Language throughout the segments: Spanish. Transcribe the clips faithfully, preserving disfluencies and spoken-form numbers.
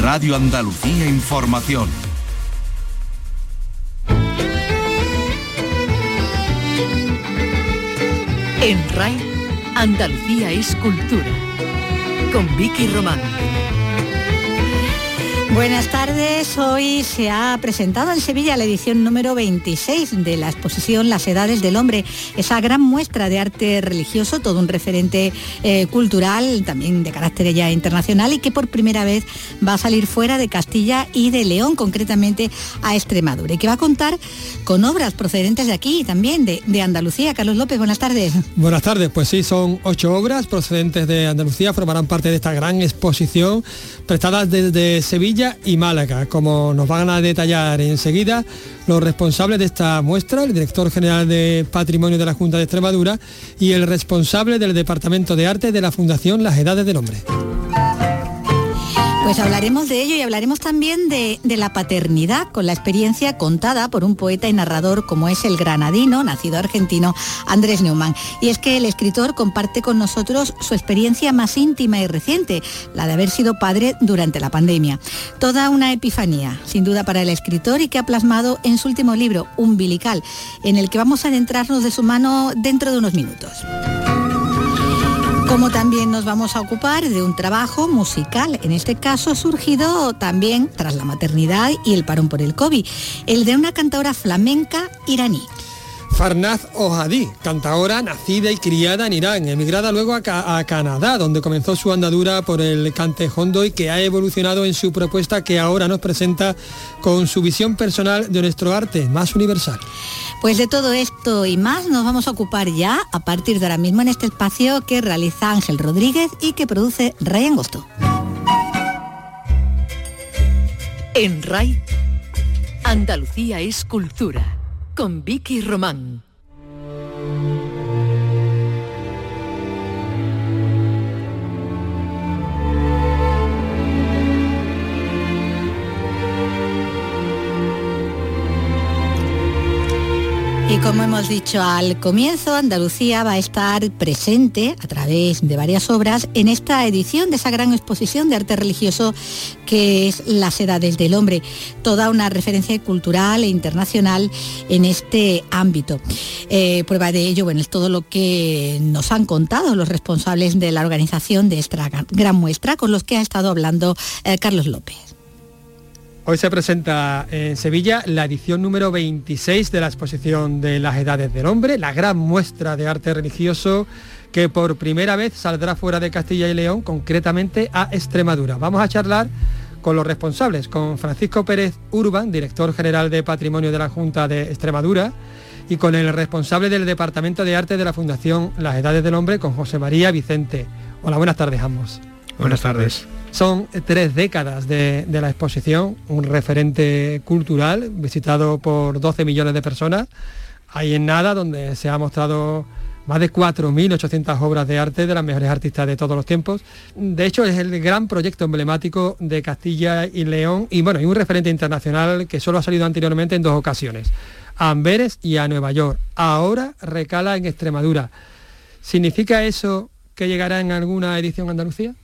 Radio Andalucía Información. En R A I, Andalucía es cultura. Con Vicky Román. Buenas tardes. Hoy se ha presentado en Sevilla la edición número veintiséis de la exposición Las Edades del Hombre, esa gran muestra de arte religioso, todo un referente eh, cultural, también de carácter ya internacional, y que por primera vez va a salir fuera de Castilla y de León, concretamente a Extremadura, y que va a contar con obras procedentes de aquí y también de, de Andalucía. Carlos López, buenas tardes. Buenas tardes, pues sí, son ocho obras procedentes de Andalucía, formarán parte de esta gran exposición prestadas desde Sevilla y Málaga, como nos van a detallar enseguida los responsables de esta muestra, el director general de Patrimonio de la Junta de Extremadura y el responsable del Departamento de Arte de la Fundación Las Edades del Hombre. Pues hablaremos de ello y hablaremos también de, de la paternidad, con la experiencia contada por un poeta y narrador como es el granadino, nacido argentino, Andrés Neumann. Y es que el escritor comparte con nosotros su experiencia más íntima y reciente, la de haber sido padre durante la pandemia. Toda una epifanía, sin duda, para el escritor, y que ha plasmado en su último libro, Umbilical, en el que vamos a adentrarnos de su mano dentro de unos minutos. Como también nos vamos a ocupar de un trabajo musical, en este caso surgido también tras la maternidad y el parón por el COVID, el de una cantadora flamenca iraní. Farnaz Ojadi, cantaora nacida y criada en Irán, emigrada luego a, Ca- a Canadá, donde comenzó su andadura por el cante hondo y que ha evolucionado en su propuesta, que ahora nos presenta con su visión personal de nuestro arte más universal. Pues de todo esto y más nos vamos a ocupar ya a partir de ahora mismo en este espacio que realiza Ángel Rodríguez y que produce Ray Angosto. En R A I, Andalucía es cultura. Con Vicky Román. Y como hemos dicho al comienzo, Andalucía va a estar presente a través de varias obras en esta edición de esa gran exposición de arte religioso que es Las Edades del Hombre, toda una referencia cultural e internacional en este ámbito. Eh, prueba de ello, bueno, es todo lo que nos han contado los responsables de la organización de esta gran muestra, con los que ha estado hablando eh, Carlos López. Hoy se presenta en Sevilla la edición número veintiséis de la exposición de Las Edades del Hombre, la gran muestra de arte religioso que por primera vez saldrá fuera de Castilla y León, concretamente a Extremadura. Vamos a charlar con los responsables, con Francisco Pérez Urban, director general de Patrimonio de la Junta de Extremadura, y con el responsable del Departamento de Arte de la Fundación Las Edades del Hombre, con José María Vicente. Hola, buenas tardes ambos. Buenas tardes. Son tres décadas de, de la exposición, un referente cultural visitado por doce millones de personas. Ahí en nada, donde se ha mostrado más de cuatro mil ochocientas obras de arte de las mejores artistas de todos los tiempos. De hecho, es el gran proyecto emblemático de Castilla y León y bueno, y un referente internacional que solo ha salido anteriormente en dos ocasiones, a Amberes y a Nueva York. Ahora recala en Extremadura. ¿Significa eso que llegará en alguna edición a Andalucía?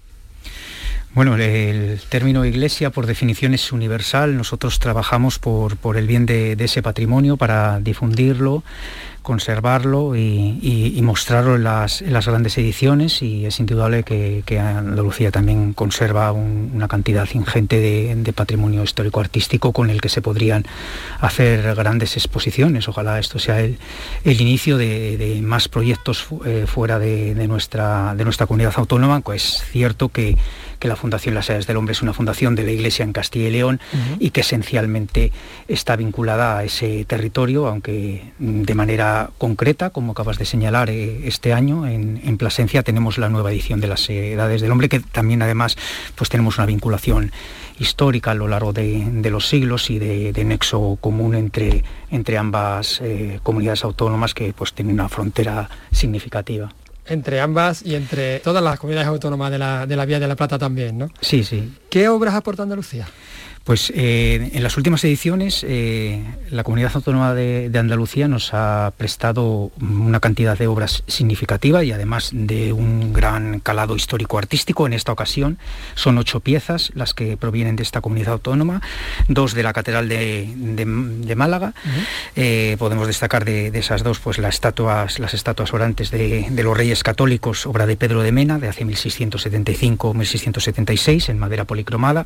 Bueno, el término iglesia por definición es universal. Nosotros trabajamos por, por el bien de, de ese patrimonio, para difundirlo, conservarlo y, y, y mostrarlo en las, en las grandes ediciones, y es indudable que, que Andalucía también conserva un, una cantidad ingente de, de patrimonio histórico-artístico con el que se podrían hacer grandes exposiciones. Ojalá esto sea el, el inicio de, de más proyectos eh, fuera de, de, nuestra, de nuestra comunidad autónoma. Pues es cierto que que la Fundación Las Edades del Hombre es una fundación de la Iglesia en Castilla y León, uh-huh. y que esencialmente está vinculada a ese territorio, aunque de manera concreta, como acabas de señalar, eh, este año en, en Plasencia tenemos la nueva edición de Las Edades del Hombre, que también además pues tenemos una vinculación histórica a lo largo de, de los siglos y de, de nexo común entre, entre ambas eh, comunidades autónomas que pues tienen una frontera significativa. Entre ambas y entre todas las comunidades autónomas de la, de la Vía de la Plata también, ¿no? Sí, sí. ¿Qué obras aporta Andalucía? Pues eh, en las últimas ediciones eh, la Comunidad Autónoma de, de Andalucía nos ha prestado una cantidad de obras significativa y además de un gran calado histórico-artístico. En esta ocasión son ocho piezas las que provienen de esta comunidad autónoma, dos de la Catedral de, de, de Málaga. Uh-huh. eh, podemos destacar de, de esas dos pues las estatuas, las estatuas orantes de, de los Reyes Católicos, obra de Pedro de Mena, de hace mil seiscientos setenta y cinco a mil seiscientos setenta y seis, en madera policromada.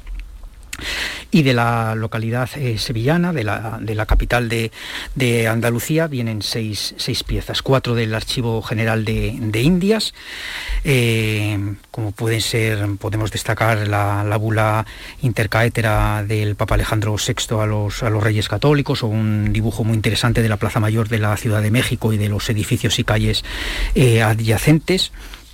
Y de la localidad eh, sevillana, de la, de la capital de, de Andalucía, vienen seis, seis piezas, cuatro del Archivo General de, de Indias, eh, como pueden ser, podemos destacar la, la bula intercaetera del Papa Alejandro sexto a los, a los Reyes Católicos, o un dibujo muy interesante de la Plaza Mayor de la Ciudad de México y de los edificios y calles eh, adyacentes.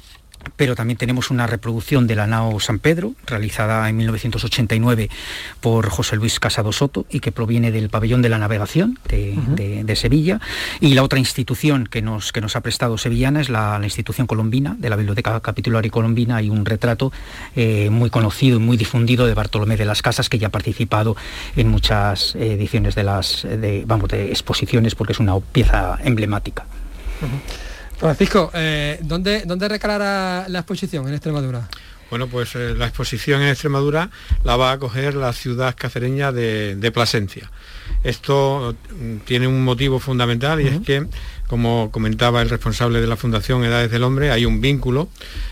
Pero también tenemos una reproducción de la nao San Pedro, realizada en mil novecientos ochenta y nueve por José Luis Casado Soto y que proviene del Pabellón de la Navegación de, uh-huh. de, de Sevilla. Y la otra institución que nos, que nos ha prestado sevillana es la, la institución colombina, de la Biblioteca Capitular y Colombina. Hay un retrato eh, muy conocido y muy difundido de Bartolomé de las Casas, que ya ha participado en muchas ediciones de las de, vamos, de exposiciones, porque es una pieza emblemática. Uh-huh. Francisco, eh, ¿dónde, ¿dónde recalará la exposición en Extremadura? Bueno, pues eh, la exposición en Extremadura la va a acoger la ciudad cacereña de, de Plasencia. Esto tiene un motivo fundamental y uh-huh. es que, como comentaba el responsable de la Fundación Edades del Hombre, hay un vínculo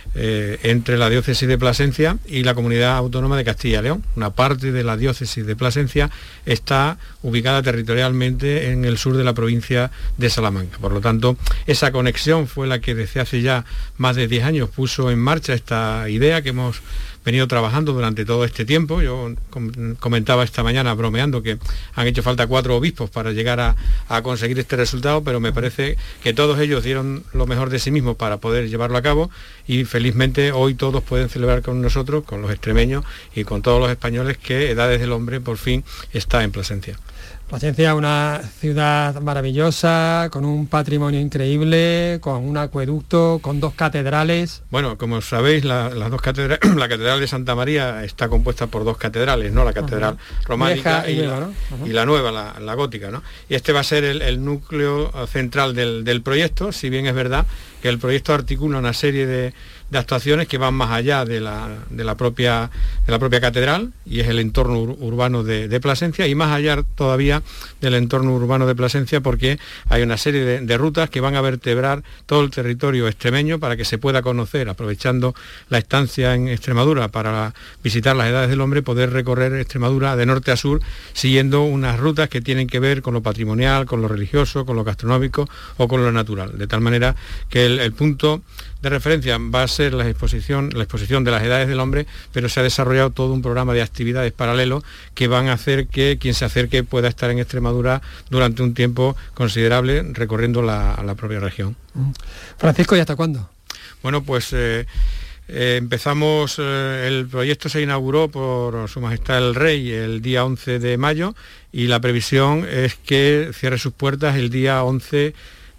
eh, entre la diócesis de Plasencia y la Comunidad Autónoma de Castilla y León. Una parte de la diócesis de Plasencia está ubicada territorialmente en el sur de la provincia de Salamanca. Por lo tanto, esa conexión fue la que desde hace ya más de diez años puso en marcha esta idea que hemos venido trabajando durante todo este tiempo. Yo com- comentaba esta mañana bromeando que han hecho falta cuatro obispos para llegar a, a conseguir este resultado, pero me parece que todos ellos dieron lo mejor de sí mismos para poder llevarlo a cabo, y felizmente hoy todos pueden celebrar con nosotros, con los extremeños y con todos los españoles, que Edades del Hombre por fin está en Plasencia. Plasencia, una ciudad maravillosa, con un patrimonio increíble, con un acueducto, con dos catedrales. Bueno, como sabéis, la, las dos catedrales, la catedral de Santa María está compuesta por dos catedrales, ¿no? La catedral uh-huh. románica y, y, nueva, la, ¿no? uh-huh. y la nueva, la, la gótica, ¿no? Y este va a ser el, el núcleo central del, del proyecto, si bien es verdad que el proyecto articula una serie de, de actuaciones que van más allá de la, de la, propia, de la propia catedral, y es el entorno ur, urbano de, de Plasencia, y más allá todavía del entorno urbano de Plasencia, porque hay una serie de, de rutas que van a vertebrar todo el territorio extremeño para que se pueda conocer, aprovechando la estancia en Extremadura para visitar las Edades del Hombre, poder recorrer Extremadura de norte a sur, siguiendo unas rutas que tienen que ver con lo patrimonial, con lo religioso, con lo gastronómico o con lo natural, de tal manera que el, el punto de referencia va a ser la exposición, la exposición de las Edades del Hombre, pero se ha desarrollado todo un programa de actividades paralelos que van a hacer que quien se acerque pueda estar en Extremadura durante un tiempo considerable recorriendo la, la propia región. Francisco, ¿y hasta cuándo? Bueno, pues eh, eh, empezamos, eh, el proyecto se inauguró por Su Majestad el Rey el día once de mayo, y la previsión es que cierre sus puertas el día once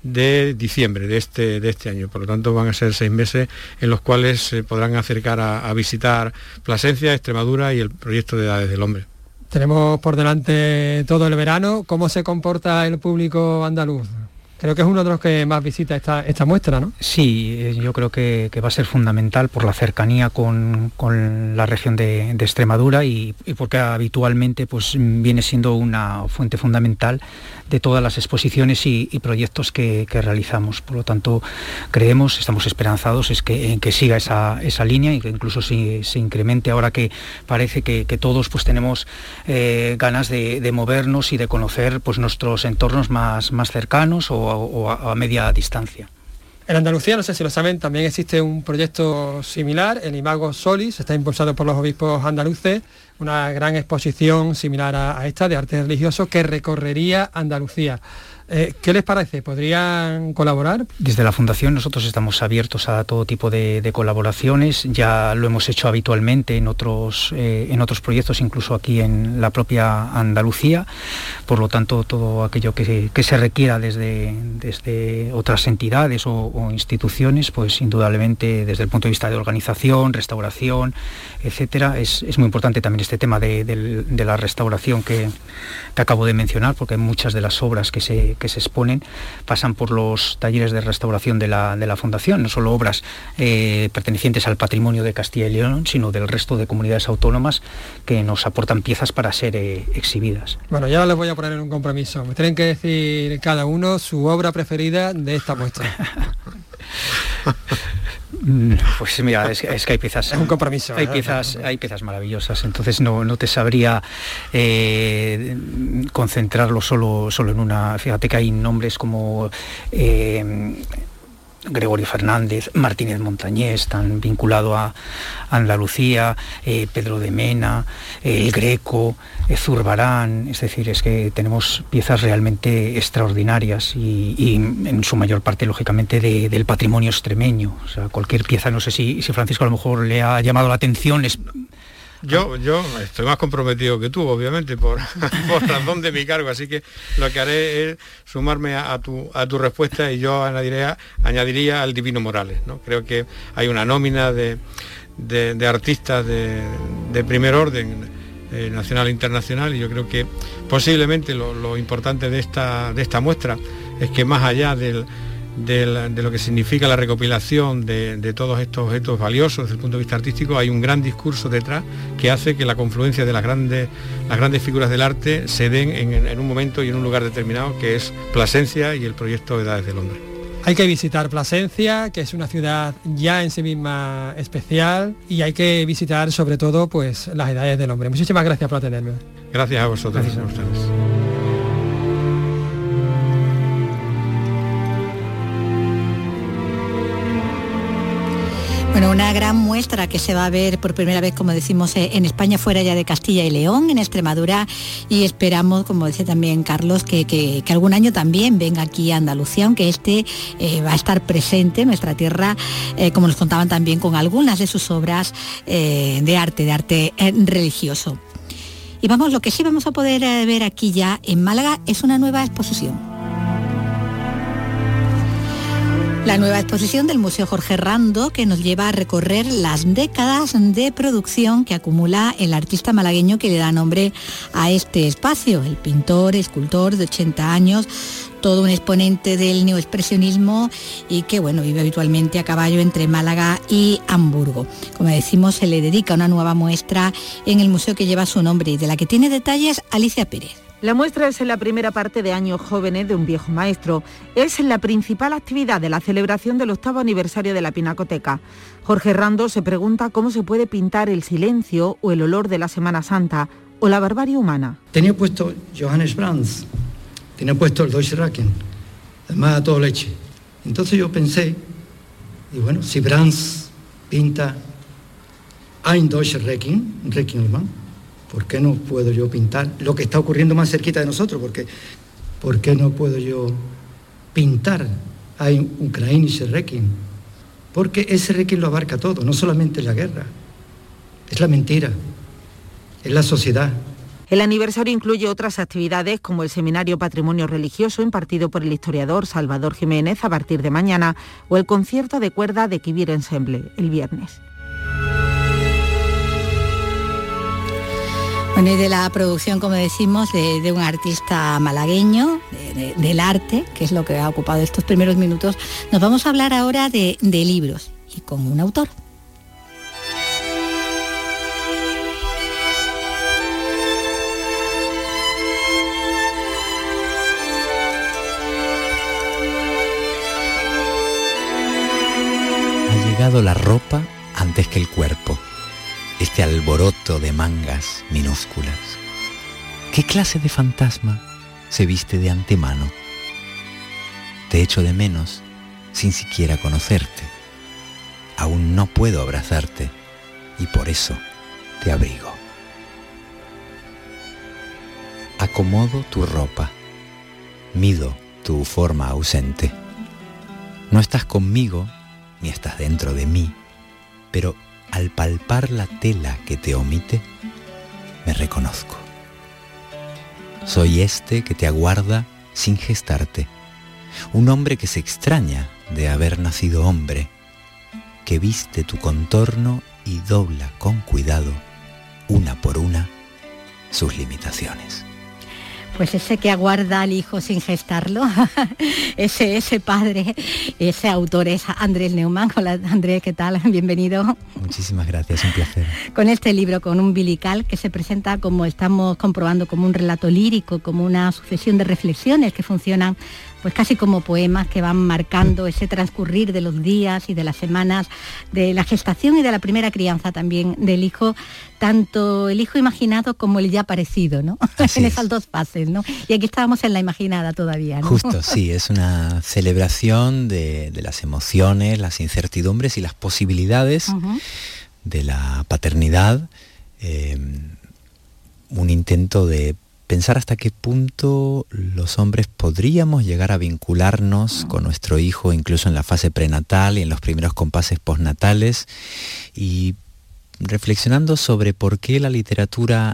de diciembre de este, de este año. Por lo tanto, van a ser seis meses en los cuales se podrán acercar a, a visitar Plasencia, Extremadura y el proyecto de Edades del Hombre. Tenemos por delante todo el verano. ¿Cómo se comporta el público andaluz? Creo que es uno de los que más visita esta, esta muestra, ¿no? Sí, yo creo que, que va a ser fundamental por la cercanía con, con la región de, de Extremadura y, y porque habitualmente pues, viene siendo una fuente fundamental de todas las exposiciones y, y proyectos que, que realizamos. Por lo tanto, creemos, estamos esperanzados es que, en que siga esa, esa línea y que incluso se, se incremente ahora que parece que, que todos pues, tenemos eh, ganas de, de movernos y de conocer pues, nuestros entornos más, más cercanos o o a, a media distancia. En Andalucía, no sé si lo saben, también existe un proyecto similar, el Imago Solis, está impulsado por los obispos andaluces, una gran exposición similar a, a esta de arte religioso que recorrería Andalucía. Eh, ¿Qué les parece? ¿Podrían colaborar? Desde la Fundación nosotros estamos abiertos a todo tipo de, de colaboraciones, ya lo hemos hecho habitualmente en otros, eh, en otros proyectos, incluso aquí en la propia Andalucía, por lo tanto todo aquello que, que se requiera desde, desde otras entidades o, o instituciones, pues indudablemente desde el punto de vista de organización, restauración, etcétera, es, es muy importante también este tema de, de, de la restauración que, que acabo de mencionar, porque muchas de las obras que se que se exponen pasan por los talleres de restauración de la, de la Fundación, no solo obras eh, pertenecientes al patrimonio de Castilla y León, sino del resto de comunidades autónomas que nos aportan piezas para ser eh, exhibidas. Bueno, ya les voy a poner en un compromiso. Me tienen que decir cada uno su obra preferida de esta muestra. Pues mira, es, es que hay piezas, es un compromiso, hay ¿eh? piezas, hay piezas maravillosas, entonces no, no te sabría eh, concentrarlo solo, solo en una. Fíjate que hay nombres como eh, Gregorio Fernández, Martínez Montañés, tan vinculado a Andalucía, eh, Pedro de Mena, eh, el Greco, eh, Zurbarán, es decir, es que tenemos piezas realmente extraordinarias y, y en su mayor parte, lógicamente, de, del patrimonio extremeño. O sea, cualquier pieza, no sé si, si Francisco a lo mejor le ha llamado la atención. Es... Yo, yo estoy más comprometido que tú, obviamente, por, por razón de mi cargo, así que lo que haré es sumarme a, a, tu, a tu respuesta y yo añadiría, añadiría al Divino Morales, ¿no? Creo que hay una nómina de, de, de artistas de, de primer orden, eh, nacional e internacional, y yo creo que posiblemente lo, lo importante de esta, de esta muestra es que más allá del... De, la, de lo que significa la recopilación de, de todos estos objetos valiosos desde el punto de vista artístico, hay un gran discurso detrás que hace que la confluencia de las grandes, las grandes figuras del arte se den en, en un momento y en un lugar determinado, que es Plasencia y el proyecto Edades de Londres. Hay que visitar Plasencia, que es una ciudad ya en sí misma especial, y hay que visitar sobre todo pues las Edades del Hombre. Muchísimas gracias por atenderme. Gracias a vosotros. Gracias a ustedes. Bueno, una gran muestra que se va a ver por primera vez, como decimos, en España, fuera ya de Castilla y León, en Extremadura, y esperamos, como dice también Carlos, que, que, que algún año también venga aquí a Andalucía, aunque este eh, va a estar presente en nuestra tierra, eh, como nos contaban también, con algunas de sus obras eh, de arte, de arte eh, religioso. Y vamos, lo que sí vamos a poder eh, ver aquí ya en Málaga es una nueva exposición. La nueva exposición del Museo Jorge Rando, que nos lleva a recorrer las décadas de producción que acumula el artista malagueño que le da nombre a este espacio, el pintor, escultor de ochenta años, todo un exponente del neoexpresionismo y que bueno, vive habitualmente a caballo entre Málaga y Hamburgo. Como decimos, se le dedica una nueva muestra en el museo que lleva su nombre y de la que tiene detalles Alicia Pérez. La muestra es en la primera parte de Años Jóvenes de un viejo maestro. Es la principal actividad de la celebración del octavo aniversario de la Pinacoteca. Jorge Rando se pregunta cómo se puede pintar el silencio o el olor de la Semana Santa o la barbarie humana. Tenía puesto Johannes Brahms, tenía puesto el Deutsche Requiem, además a todo leche. Entonces yo pensé, y bueno, si Brahms pinta ein Deutsche Requiem, un Requiem alemán, ¿por qué no puedo yo pintar lo que está ocurriendo más cerquita de nosotros? Porque, ¿por qué no puedo yo pintar ein ukrainische Requiem? Porque ese Requiem lo abarca todo, no solamente la guerra, es la mentira, es la sociedad. El aniversario incluye otras actividades como el Seminario Patrimonio Religioso impartido por el historiador Salvador Jiménez a partir de mañana o el concierto de cuerda de Quivir Ensemble el viernes. Bueno, y de la producción, como decimos, de, de un artista malagueño, de, de, del arte, que es lo que ha ocupado estos primeros minutos, nos vamos a hablar ahora de, de libros y con un autor. Ha llegado la ropa antes que el cuerpo. Este alboroto de mangas minúsculas. ¿Qué clase de fantasma se viste de antemano? Te echo de menos sin siquiera conocerte. Aún no puedo abrazarte y por eso te abrigo. Acomodo tu ropa, mido tu forma ausente. No estás conmigo, ni estás dentro de mí, pero al palpar la tela que te omite, me reconozco. Soy este que te aguarda sin gestarte, un hombre que se extraña de haber nacido hombre, que viste tu contorno y dobla con cuidado, una por una, sus limitaciones. Pues ese que aguarda al hijo sin gestarlo, ese, ese padre, ese autor es Andrés Neumann. Hola Andrés, ¿qué tal? Bienvenido. Muchísimas gracias, un placer. Con este libro, con Umbilical, que se presenta, como estamos comprobando, como un relato lírico, como una sucesión de reflexiones que funcionan pues casi como poemas que van marcando ese transcurrir de los días y de las semanas, de la gestación y de la primera crianza también del hijo, tanto el hijo imaginado como el ya parecido, ¿no? En esas dos fases, ¿no? Y aquí estábamos en la imaginada todavía, ¿no? Justo, sí, es una celebración de, de las emociones, las incertidumbres y las posibilidades uh-huh. de la paternidad, eh, un intento de pensar hasta qué punto los hombres podríamos llegar a vincularnos con nuestro hijo, incluso en la fase prenatal y en los primeros compases postnatales, y reflexionando sobre por qué la literatura,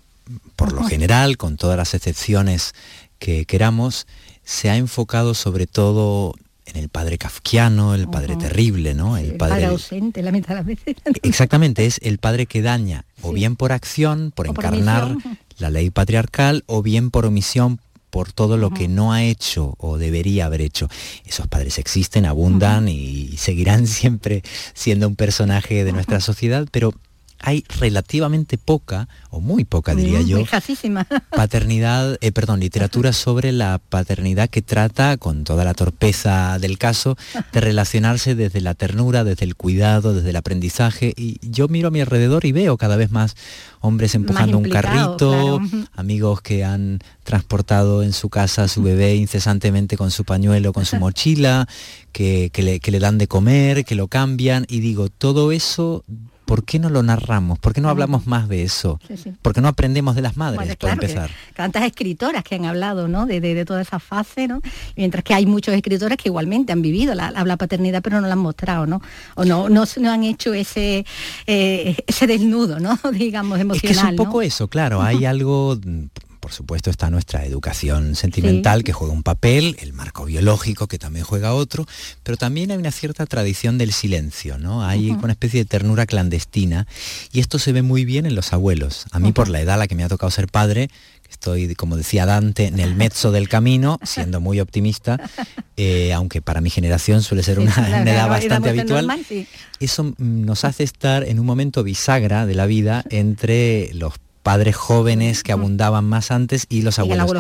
por lo general, con todas las excepciones que queramos, se ha enfocado sobre todo en el padre kafkiano, el padre uh-huh. terrible, ¿no? El, el padre, padre ausente la mitad de las veces. Exactamente, es el padre que daña, sí. o bien por acción, por o encarnar por la ley patriarcal, o bien por omisión, por todo lo uh-huh. que no ha hecho o debería haber hecho. Esos padres existen, abundan uh-huh. y seguirán siempre siendo un personaje de uh-huh. nuestra sociedad, pero hay relativamente poca, o muy poca diría mm, yo, escasísima. paternidad, eh, perdón, literatura sobre la paternidad que trata, con toda la torpeza del caso, de relacionarse desde la ternura, desde el cuidado, desde el aprendizaje. Y yo miro a mi alrededor y veo cada vez más hombres empujando un carrito, claro. amigos que han transportado en su casa a su bebé incesantemente con su pañuelo, con su mochila, que, que, le, que le dan de comer, que lo cambian, y digo, todo eso, ¿por qué no lo narramos? ¿Por qué no hablamos más de eso? Sí, sí. ¿Por qué no aprendemos de las madres, bueno, claro, para empezar? Tantas escritoras que han hablado, ¿no? de, de, de toda esa fase, ¿no? Mientras que hay muchos escritores que igualmente han vivido la, la paternidad, pero no la han mostrado, ¿no? O no, no, no han hecho ese, eh, ese desnudo, ¿no? Digamos, emocional. Es que es un poco ¿no? eso, claro, hay algo... Por supuesto está nuestra educación sentimental, sí. que juega un papel, el marco biológico, que también juega otro, pero también hay una cierta tradición del silencio, ¿no? Hay uh-huh. una especie de ternura clandestina, y esto se ve muy bien en los abuelos. A mí, uh-huh. por la edad a la que me ha tocado ser padre, estoy, como decía Dante, en el mezzo del camino, siendo muy optimista, eh, aunque para mi generación suele ser una, sí, una edad claro, bastante habitual, normal, sí. Eso nos hace estar en un momento bisagra de la vida entre los padres jóvenes que abundaban más antes y los abuelos.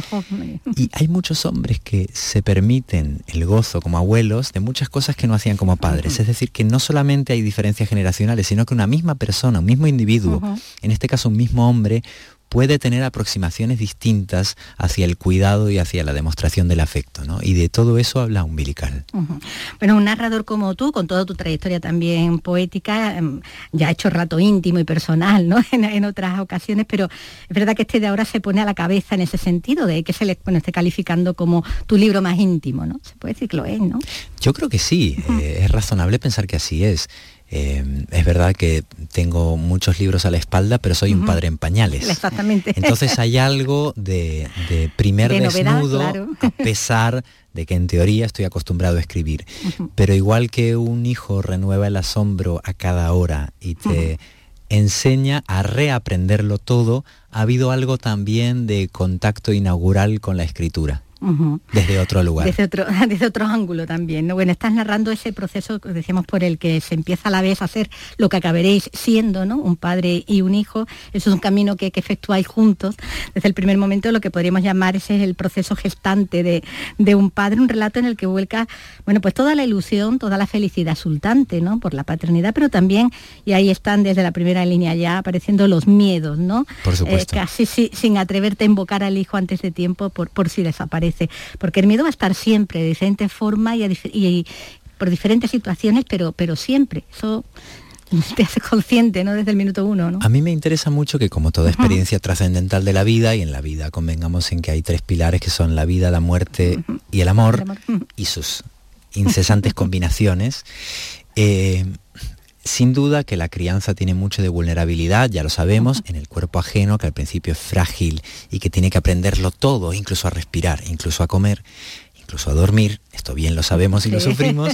Y hay muchos hombres que se permiten el gozo como abuelos de muchas cosas que no hacían como padres. Es decir, que no solamente hay diferencias generacionales, sino que una misma persona, un mismo individuo, uh-huh. en este caso un mismo hombre, puede tener aproximaciones distintas hacia el cuidado y hacia la demostración del afecto, ¿no? Y de todo eso habla Umbilical. Uh-huh. Bueno, un narrador como tú, con toda tu trayectoria también poética, ya ha hecho rato íntimo y personal, ¿no? En, en otras ocasiones, pero es verdad que este de ahora se pone a la cabeza en ese sentido, de que se le bueno, esté calificando como tu libro más íntimo, ¿no? Se puede decir que lo es, ¿no? Yo creo que sí, uh-huh. eh, es razonable pensar que así es. Eh, es verdad que tengo muchos libros a la espalda, pero soy uh-huh. un padre en pañales. Exactamente. Entonces hay algo de, de primer de novedad, desnudo, claro. a pesar de que en teoría estoy acostumbrado a escribir. Uh-huh. Pero igual que un hijo renueva el asombro a cada hora y te uh-huh. enseña a reaprenderlo todo, ha habido algo también de contacto inaugural con la escritura. Uh-huh. Desde otro lugar. Desde otro, desde otro ángulo también, ¿no? Bueno, estás narrando ese proceso, decíamos, por el que se empieza a la vez a hacer lo que acabaréis siendo, ¿no? Un padre y un hijo. Eso es un camino que, que efectuáis juntos. Desde el primer momento lo que podríamos llamar ese es el proceso gestante de, de un padre, un relato en el que vuelca, bueno, pues toda la ilusión, toda la felicidad exultante, ¿no? Por la paternidad, pero también, y ahí están desde la primera línea ya apareciendo los miedos, ¿no? Por supuesto. Eh, casi sí, sin atreverte a invocar al hijo antes de tiempo por, por si desaparece. Porque el miedo va a estar siempre, de diferentes formas y, a, y, y por diferentes situaciones, pero, pero siempre. Eso te haces consciente, ¿no? Desde el minuto uno, ¿no? A mí me interesa mucho que, como toda experiencia uh-huh. trascendental de la vida, y en la vida convengamos en que hay tres pilares que son la vida, la muerte uh-huh. y el amor, el amor. Uh-huh. y sus incesantes combinaciones, eh, sin duda que la crianza tiene mucho de vulnerabilidad, ya lo sabemos, uh-huh. en el cuerpo ajeno, que al principio es frágil y que tiene que aprenderlo todo, incluso a respirar, incluso a comer, incluso a dormir, esto bien lo sabemos y sí. lo sufrimos,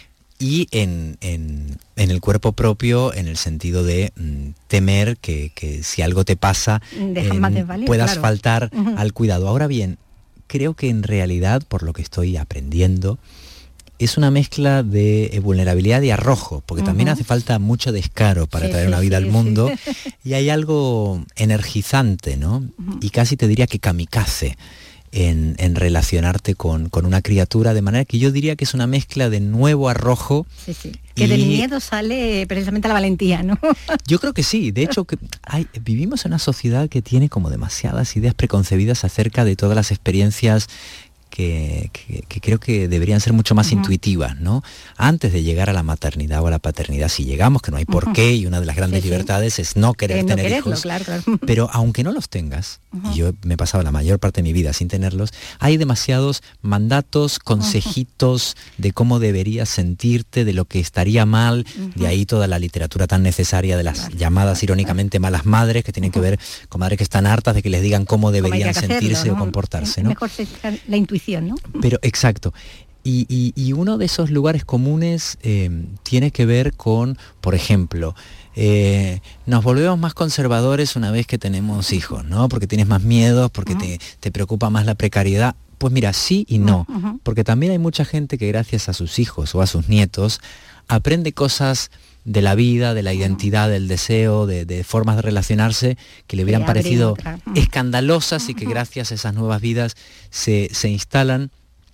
y en, en, en el cuerpo propio, en el sentido de mm, temer que, que si algo te pasa, eh, valer, puedas claro. faltar uh-huh. al cuidado. Ahora bien, creo que en realidad, por lo que estoy aprendiendo, es una mezcla de vulnerabilidad y arrojo, porque uh-huh. también hace falta mucho descaro para sí, traer sí, una vida sí, al mundo, sí. y hay algo energizante, ¿no? Uh-huh. Y casi te diría que kamikaze en, en relacionarte con, con una criatura, de manera que yo diría que es una mezcla de nuevo arrojo. Sí, sí. Que y del miedo sale precisamente la valentía, ¿no? Yo creo que sí. De hecho, que hay, vivimos en una sociedad que tiene como demasiadas ideas preconcebidas acerca de todas las experiencias Que, que, que creo que deberían ser mucho más uh-huh. intuitivas, ¿no? Antes de llegar a la maternidad o a la paternidad, si llegamos, que no hay por qué, y una de las grandes sí, libertades sí. es no querer eh, no tener quererlo, hijos, claro, claro. pero aunque no los tengas, uh-huh. y yo me he pasado la mayor parte de mi vida sin tenerlos, hay demasiados mandatos, consejitos uh-huh. de cómo deberías sentirte, de lo que estaría mal, uh-huh. de ahí toda la literatura tan necesaria de las claro, llamadas claro, irónicamente claro. malas madres, que tienen uh-huh. que ver con madres que están hartas de que les digan cómo deberían cómo sentirse hacerlo, ¿no? o comportarse, ¿no? Mejor la intuición, ¿no? Pero exacto. Y, y, y uno de esos lugares comunes eh, tiene que ver con, por ejemplo, eh, nos volvemos más conservadores una vez que tenemos hijos, ¿no? Porque tienes más miedos, porque uh-huh. te, te preocupa más la precariedad. Pues mira, sí y no. Uh-huh. Porque también hay mucha gente que gracias a sus hijos o a sus nietos aprende cosas de la vida, de la identidad, del deseo, de, de formas de relacionarse que le hubieran sí, parecido otra. escandalosas uh-huh. y que gracias a esas nuevas vidas se, se instalan.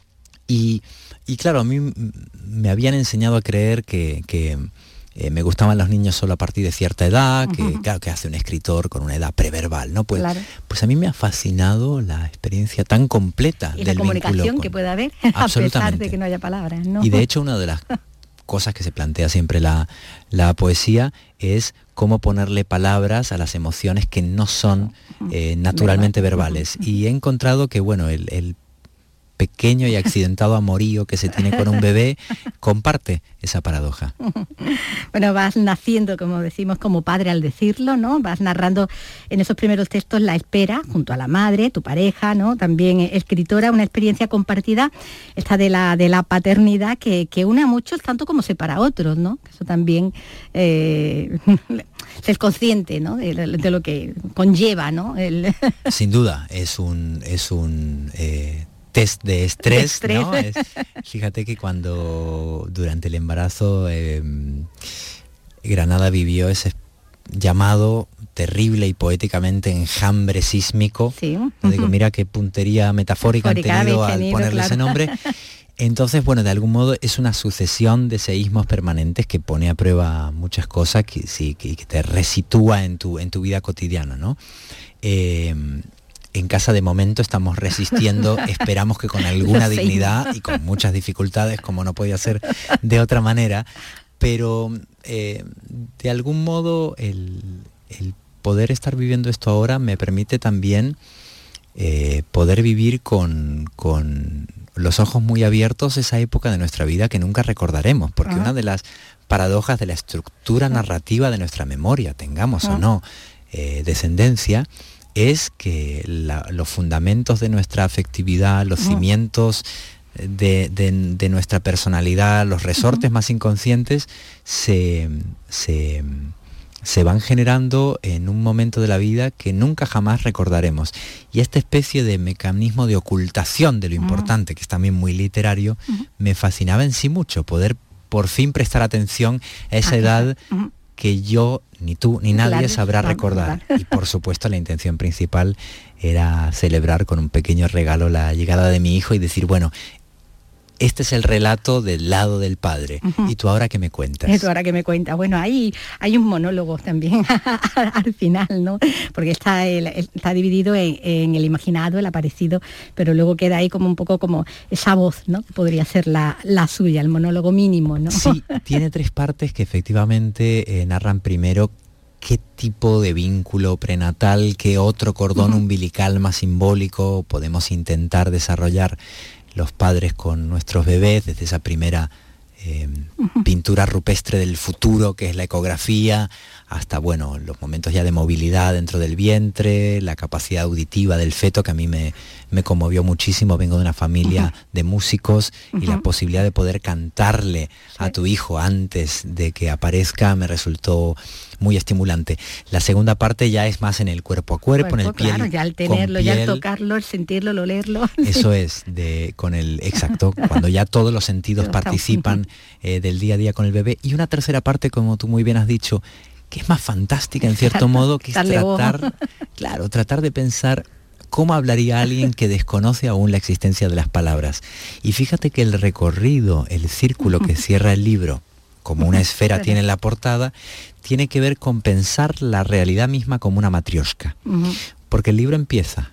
Y, y claro, a mí me habían enseñado a creer que, que eh, me gustaban los niños solo a partir de cierta edad, uh-huh. que claro, que hace un escritor con una edad preverbal, ¿no? Pues, claro. pues a mí me ha fascinado la experiencia tan completa y del la comunicación con... que puede haber, a pesar de que no haya palabras, ¿no? Y de hecho una de las cosas que se plantea siempre la, la poesía es cómo ponerle palabras a las emociones que no son eh, naturalmente verbales. Y he encontrado que, bueno, el, el pequeño y accidentado amorío que se tiene con un bebé comparte esa paradoja. Bueno, vas naciendo, como decimos, como padre al decirlo, ¿no? Vas narrando en esos primeros textos la espera junto a la madre, tu pareja, ¿no? También escritora, una experiencia compartida, esta de la de la paternidad que, que une a muchos tanto como separa a otros, ¿no? Eso también eh, ser consciente, ¿no? De, de lo que conlleva, ¿no? El... Sin duda, es un es un eh, test de estrés, estrés. ¿no? Es, fíjate que cuando durante el embarazo eh, Granada vivió ese llamado terrible y poéticamente enjambre sísmico. Sí. Uh-huh. Digo, mira qué puntería metafórica, metafórica han tenido al tenido, ponerle claro. ese nombre. Entonces, bueno, de algún modo es una sucesión de seísmos permanentes que pone a prueba muchas cosas que sí que, que te resitúa en tu en tu vida cotidiana, ¿no? Eh, En casa de momento estamos resistiendo, esperamos que con alguna dignidad y con muchas dificultades, como no podía ser de otra manera, pero eh, de algún modo el, el poder estar viviendo esto ahora me permite también eh, poder vivir con, con los ojos muy abiertos esa época de nuestra vida que nunca recordaremos, porque uh-huh. una de las paradojas de la estructura narrativa de nuestra memoria, tengamos uh-huh. o no eh, descendencia, es que la, los fundamentos de nuestra afectividad, los uh-huh. cimientos de, de, de nuestra personalidad, los resortes uh-huh. más inconscientes, se, se, se van generando en un momento de la vida que nunca jamás recordaremos. Y esta especie de mecanismo de ocultación de lo importante, uh-huh. que es también muy literario, uh-huh. me fascinaba en sí mucho, poder por fin prestar atención a esa uh-huh. edad uh-huh. que yo, ni tú, ni nadie claro, sabrá recordar. Claro. Y por supuesto la intención principal era celebrar con un pequeño regalo la llegada de mi hijo y decir, bueno, este es el relato del lado del padre. Uh-huh. ¿Y tú ahora qué me cuentas? ¿Y tú ahora qué me cuentas? Bueno, ahí hay un monólogo también al final, ¿no? Porque está, el, está dividido en, en el imaginado, el aparecido, pero luego queda ahí como un poco como esa voz, ¿no? Que podría ser la, la suya, el monólogo mínimo, ¿no? Sí, tiene tres partes que efectivamente eh, narran primero qué tipo de vínculo prenatal, qué otro cordón uh-huh. umbilical más simbólico podemos intentar desarrollar los padres con nuestros bebés, desde esa primera eh, uh-huh. pintura rupestre del futuro, que es la ecografía, hasta, bueno, los momentos ya de movilidad dentro del vientre, la capacidad auditiva del feto, que a mí me, me conmovió muchísimo. Vengo de una familia uh-huh. de músicos uh-huh. y la posibilidad de poder cantarle sí. a tu hijo antes de que aparezca me resultó muy estimulante. La segunda parte ya es más en el cuerpo a cuerpo, cuerpo en el piel. Claro, ya al tenerlo, ya al tocarlo, el sentirlo, el olerlo. Eso sí. es, de, con el, exacto, cuando ya todos los sentidos participan eh, del día a día con el bebé. Y una tercera parte, como tú muy bien has dicho, que es más fantástica en cierto modo, que es tratar, claro, tratar de pensar cómo hablaría alguien que desconoce aún la existencia de las palabras. Y fíjate que el recorrido, el círculo que cierra el libro, como una esfera tiene en la portada, tiene que ver con pensar la realidad misma como una matrioshka. Uh-huh. Porque el libro empieza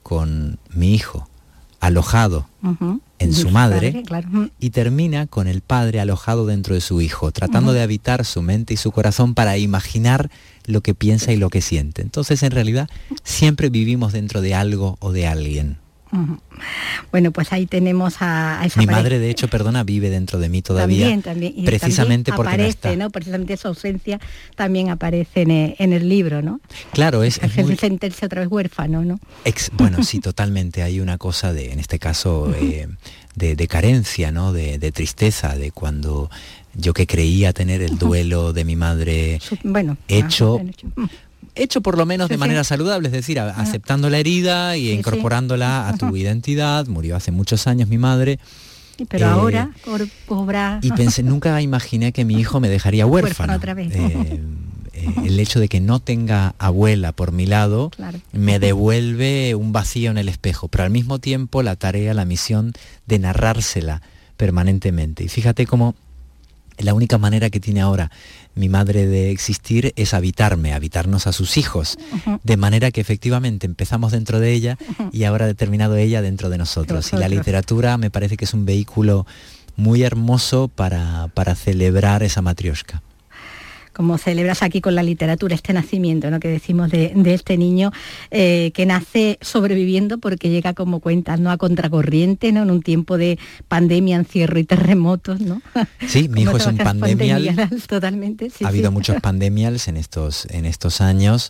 con mi hijo alojado uh-huh. en su madre, padre, claro. y termina con el padre alojado dentro de su hijo, tratando uh-huh. de habitar su mente y su corazón para imaginar lo que piensa y lo que siente. Entonces, en realidad, siempre vivimos dentro de algo o de alguien. Uh-huh. Bueno, pues ahí tenemos a, a esa mi pareja. Madre, de hecho, perdona, vive dentro de mí todavía, también, también. Y precisamente también porque aparece, no está. ¿no? Precisamente esa ausencia también aparece en el, en el libro, ¿no? Claro, es, es muy... sentirse otra vez huérfano, ¿no? Ex, bueno, sí, totalmente. Hay una cosa de, en este caso, eh, de, de carencia, ¿no? De, de tristeza, de cuando yo que creía tener el duelo de mi madre bueno, hecho... Ah, hecho. hecho por lo menos sí, de manera sí. saludable, es decir, a, aceptando la herida y sí, incorporándola sí. a tu identidad. Murió hace muchos años mi madre. Pero eh, ahora cobra... Y pensé, nunca imaginé que mi hijo me dejaría huérfano. Otra vez. Eh, eh, el hecho de que no tenga abuela por mi lado claro. me devuelve un vacío en el espejo, pero al mismo tiempo la tarea, la misión de narrársela permanentemente. Y fíjate cómo la única manera que tiene ahora mi madre de existir es habitarme, habitarnos a sus hijos, uh-huh. de manera que efectivamente empezamos dentro de ella uh-huh. y ahora ha terminado ella dentro de nosotros. nosotros. Y la literatura me parece que es un vehículo muy hermoso para, para celebrar esa matrioshka. Como celebras aquí con la literatura este nacimiento, ¿no? Que decimos de, de este niño eh, que nace sobreviviendo porque llega, como cuentas, ¿no? A contracorriente, ¿no? En un tiempo de pandemia, encierro y terremotos, ¿no? Sí, mi hijo es un pandemial. Totalmente, sí, ha habido sí. muchos pandemials en estos, en estos años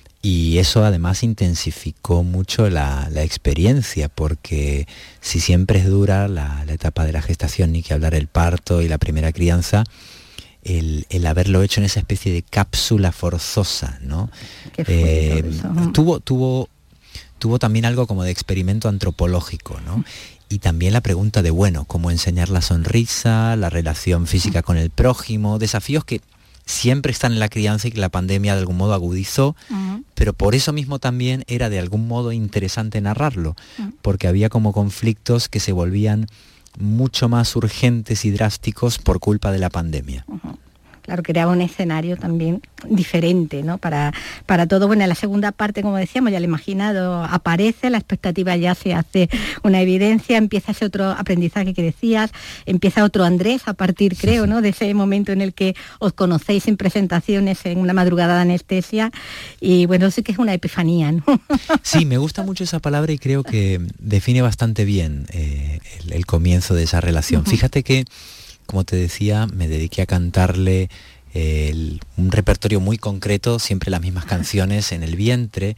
y eso además intensificó mucho la, la experiencia, porque si siempre es dura la, la etapa de la gestación, ni que hablar el parto y la primera crianza, El, el haberlo hecho en esa especie de cápsula forzosa, ¿no? Qué eh, tuvo, tuvo, tuvo también algo como de experimento antropológico, ¿no? Y también la pregunta de, bueno, cómo enseñar la sonrisa, la relación física con el prójimo, desafíos que siempre están en la crianza y que la pandemia de algún modo agudizó, uh-huh. pero por eso mismo también era de algún modo interesante narrarlo, uh-huh. porque había como conflictos que se volvían mucho más urgentes y drásticos por culpa de la pandemia. Uh-huh. Claro, creaba un escenario también diferente, ¿no? Para, para todo. Bueno, en la segunda parte, como decíamos, ya el imaginado aparece, la expectativa ya se hace una evidencia, empieza ese otro aprendizaje que decías, empieza otro Andrés a partir, creo, ¿no? De ese momento en el que os conocéis sin presentaciones en una madrugada de anestesia, y bueno, sí que es una epifanía, ¿no? Sí, me gusta mucho esa palabra y creo que define bastante bien eh, el, el comienzo de esa relación. Uh-huh. Fíjate que, como te decía, me dediqué a cantarle eh, el, un repertorio muy concreto, siempre las mismas canciones en el vientre,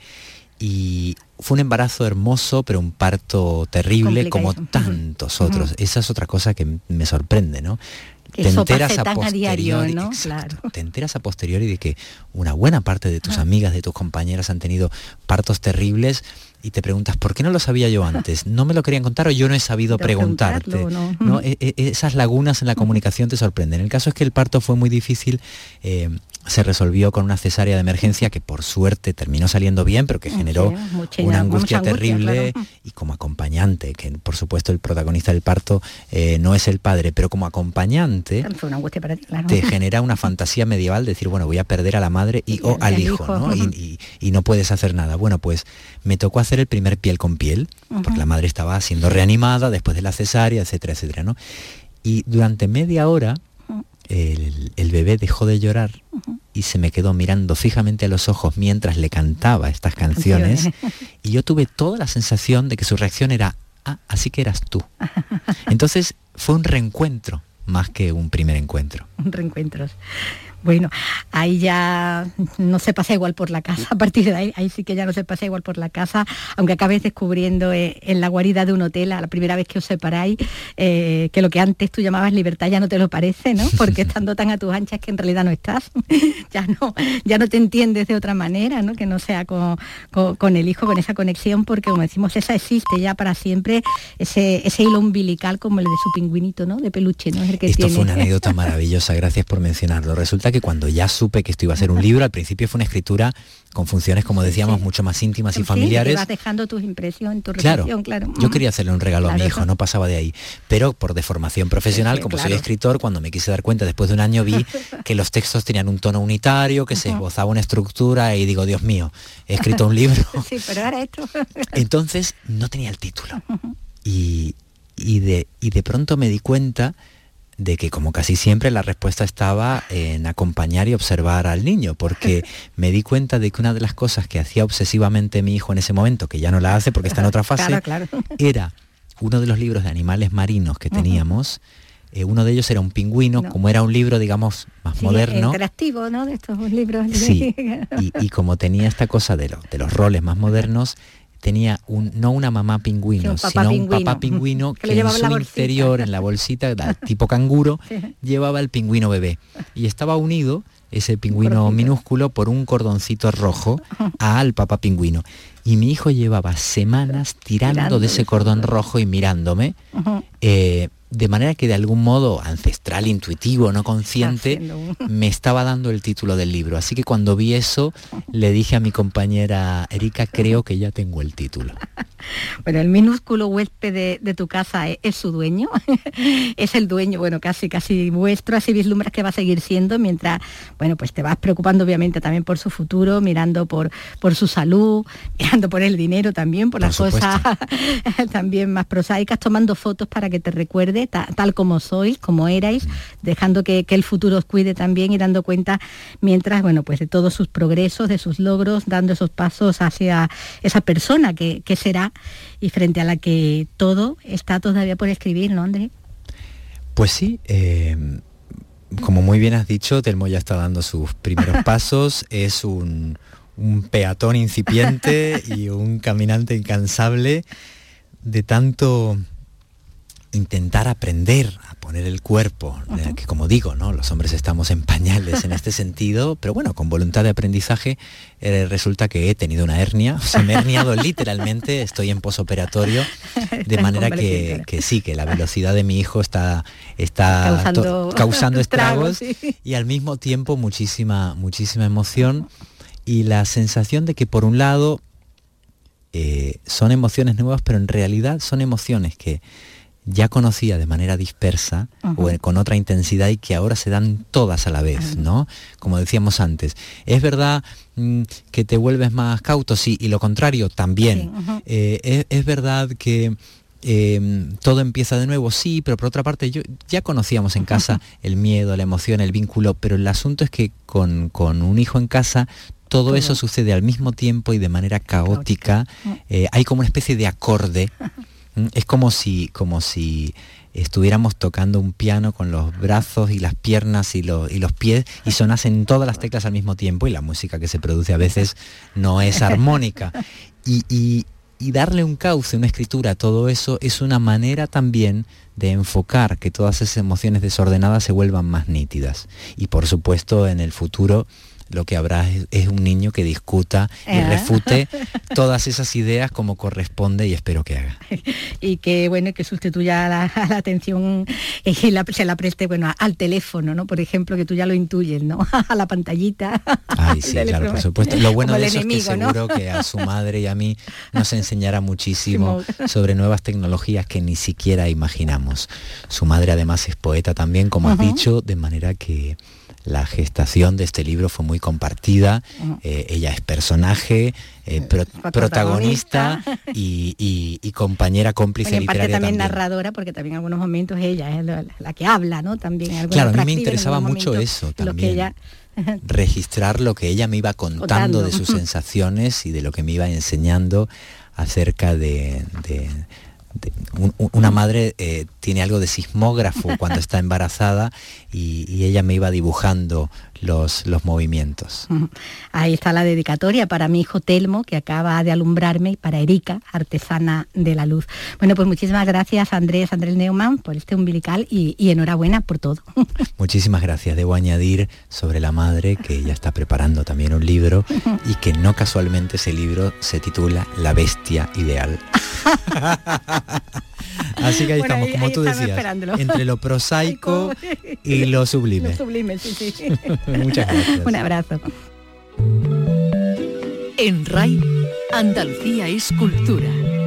y fue un embarazo hermoso, pero un parto terrible como tantos otros. Uh-huh. Esa es otra cosa que me sorprende, ¿no? Que te enteras a posteriori, a diario, ¿no? Exacto, claro. Te enteras a posteriori de que una buena parte de tus ah. amigas, de tus compañeras han tenido partos terribles y te preguntas, ¿por qué no lo sabía yo antes? ¿No me lo querían contar o yo no he sabido de preguntarte? ¿No? ¿No? E- e- esas lagunas en la comunicación te sorprenden. El caso es que el parto fue muy difícil. Eh, se resolvió con una cesárea de emergencia que por suerte terminó saliendo bien, pero que generó sí, mucha, una angustia, angustia terrible, claro. Y como acompañante, que por supuesto el protagonista del parto eh, no es el padre, pero como acompañante fue una angustia para ti, claro. Te genera una fantasía medieval de decir, bueno, voy a perder a la madre y, o al hijo, hijo, ¿no? Y, y, y no puedes hacer nada. Bueno, pues me tocó hacer el primer piel con piel, uh-huh. porque la madre estaba siendo reanimada después de la cesárea, etcétera, etcétera, ¿no? Y durante media hora El, el bebé dejó de llorar uh-huh. y se me quedó mirando fijamente a los ojos mientras le cantaba estas canciones y yo tuve toda la sensación de que su reacción era, ah, así que eras tú. Entonces fue un reencuentro más que un primer encuentro. Un reencuentro. Bueno, ahí ya no se pasa igual por la casa, a partir de ahí, ahí sí que ya no se pasa igual por la casa, aunque acabes descubriendo eh, en la guarida de un hotel, a la primera vez que os separáis, eh, que lo que antes tú llamabas libertad ya no te lo parece, ¿no? Porque estando tan a tus anchas que en realidad no estás, ya no, ya no te entiendes de otra manera, ¿no? Que no sea con, con, con el hijo, con esa conexión, porque como decimos, esa existe ya para siempre, ese, ese hilo umbilical como el de su pingüinito, ¿no? De peluche, ¿no? Es el que Esto tiene. Fue una anécdota maravillosa, gracias por mencionarlo. Resulta que cuando ya supe que esto iba a ser un libro, al principio fue una escritura con funciones, como decíamos, sí. mucho más íntimas y familiares. Sí, vas dejando tus impresiones, tu claro, reflexión, claro. Yo quería hacerle un regalo claro, a mi hijo, no pasaba de ahí. Pero por deformación profesional, sí, como claro. soy escritor, cuando me quise dar cuenta después de un año vi que los textos tenían un tono unitario, que uh-huh. se esbozaba una estructura y digo, Dios mío, he escrito un libro. Sí, pero ahora esto. Entonces no tenía el título. Uh-huh. Y, y, de, y de pronto me di cuenta de que, como casi siempre, la respuesta estaba en acompañar y observar al niño, porque me di cuenta de que una de las cosas que hacía obsesivamente mi hijo en ese momento, que ya no la hace porque está en otra fase, claro, claro. era uno de los libros de animales marinos que teníamos, uh-huh. eh, uno de ellos era un pingüino, no. como era un libro, digamos, más sí, moderno. Interactivo, ¿no? De estos libros. Sí, y, y como tenía esta cosa de, lo, de los roles más modernos, tenía un, no una mamá pingüino, sí, un sino pingüino. un papá pingüino que, que en su interior, en la bolsita, tipo canguro, sí. llevaba el pingüino bebé. Y estaba unido, ese pingüino minúsculo, por un cordoncito rojo al papá pingüino. Y mi hijo llevaba semanas tirando, tirando de ese cordón rojo y mirándome, uh-huh. eh, de manera que de algún modo ancestral, intuitivo, no consciente, me estaba dando el título del libro. Así que cuando vi eso, le dije a mi compañera Erika, creo que ya tengo el título. Bueno, el minúsculo huésped de, de tu casa es, es su dueño, es el dueño, bueno, casi casi vuestro, así vislumbras que va a seguir siendo, mientras, bueno, pues te vas preocupando obviamente también por su futuro, mirando por, por su salud, mirando por el dinero también, por, por las supuesto. cosas también más prosaicas, tomando fotos para que te recuerde ta, tal como sois, como erais, dejando que, que el futuro os cuide también y dando cuenta mientras, bueno, pues de todos sus progresos, de sus logros, dando esos pasos hacia esa persona que, que será y frente a la que todo está todavía por escribir, ¿no, André? Pues sí, eh, como muy bien has dicho, Telmo ya está dando sus primeros pasos, es un, un peatón incipiente y un caminante incansable de tanto intentar aprender a poner el cuerpo, uh-huh. que como digo, ¿no? Los hombres estamos en pañales en este sentido, pero bueno, con voluntad de aprendizaje eh, resulta que he tenido una hernia, o sea, me he herniado literalmente, estoy en posoperatorio, de manera que, que sí, que la velocidad de mi hijo está, está causando, to- causando estragos sí. y al mismo tiempo muchísima, muchísima emoción y la sensación de que por un lado eh, son emociones nuevas, pero en realidad son emociones que ya conocía de manera dispersa uh-huh. o con otra intensidad y que ahora se dan todas a la vez, uh-huh. ¿no? Como decíamos antes. Es verdad mmm, que te vuelves más cauto, sí, y lo contrario también. Sí, uh-huh. eh, es, es verdad que eh, todo empieza de nuevo, sí, pero por otra parte yo ya conocíamos en casa uh-huh. el miedo, la emoción, el vínculo, pero el asunto es que con, con un hijo en casa todo, todo eso sucede al mismo tiempo y de manera caótica. caótica. Eh, hay como una especie de acorde. Es como si, como si estuviéramos tocando un piano con los brazos y las piernas y, lo, y los pies y sonasen todas las teclas al mismo tiempo y la música que se produce a veces no es armónica. Y, y, y darle un cauce, una escritura a todo eso es una manera también de enfocar que todas esas emociones desordenadas se vuelvan más nítidas. Y por supuesto en el futuro lo que habrá es, es un niño que discuta y ¿Eh? refute todas esas ideas como corresponde, y espero que haga. Y que bueno, que sustituya la, la atención y la, se la preste bueno al teléfono, ¿no? Por ejemplo, que tú ya lo intuyes, ¿no? A la pantallita. Ay, sí, claro, por supuesto. Lo bueno de eso enemigo, es que ¿no? seguro que a su madre y a mí nos enseñará muchísimo sobre nuevas tecnologías que ni siquiera imaginamos. Su madre además es poeta también, como uh-huh. has dicho, de manera que la gestación de este libro fue muy compartida. Uh-huh. eh, ella es personaje, eh, pro, protagonista, protagonista y, y, y compañera cómplice bueno, literaria parte también, también narradora, porque también en algunos momentos ella es la, la que habla, ¿no? También. Claro, a mí me interesaba mucho eso también. Lo que ella... registrar lo que ella me iba contando, contando de sus sensaciones y de lo que me iba enseñando acerca de... de De, un, una madre eh, tiene algo de sismógrafo cuando está embarazada y, y ella me iba dibujando los, los movimientos. Ahí está la dedicatoria para mi hijo Telmo, que acaba de alumbrarme, y para Erika, artesana de la luz. Bueno, pues muchísimas gracias Andrés, Andrés Neumann, por este umbilical y, y enhorabuena por todo. Muchísimas gracias. Debo añadir sobre la madre que ella está preparando también un libro y que no casualmente ese libro se titula La bestia ideal. Así que ahí bueno, estamos, como ahí tú decías, entre lo prosaico y lo sublime. Lo sublime, sí, sí. Muchas gracias. Un abrazo. En RAI, Andalucía es cultura.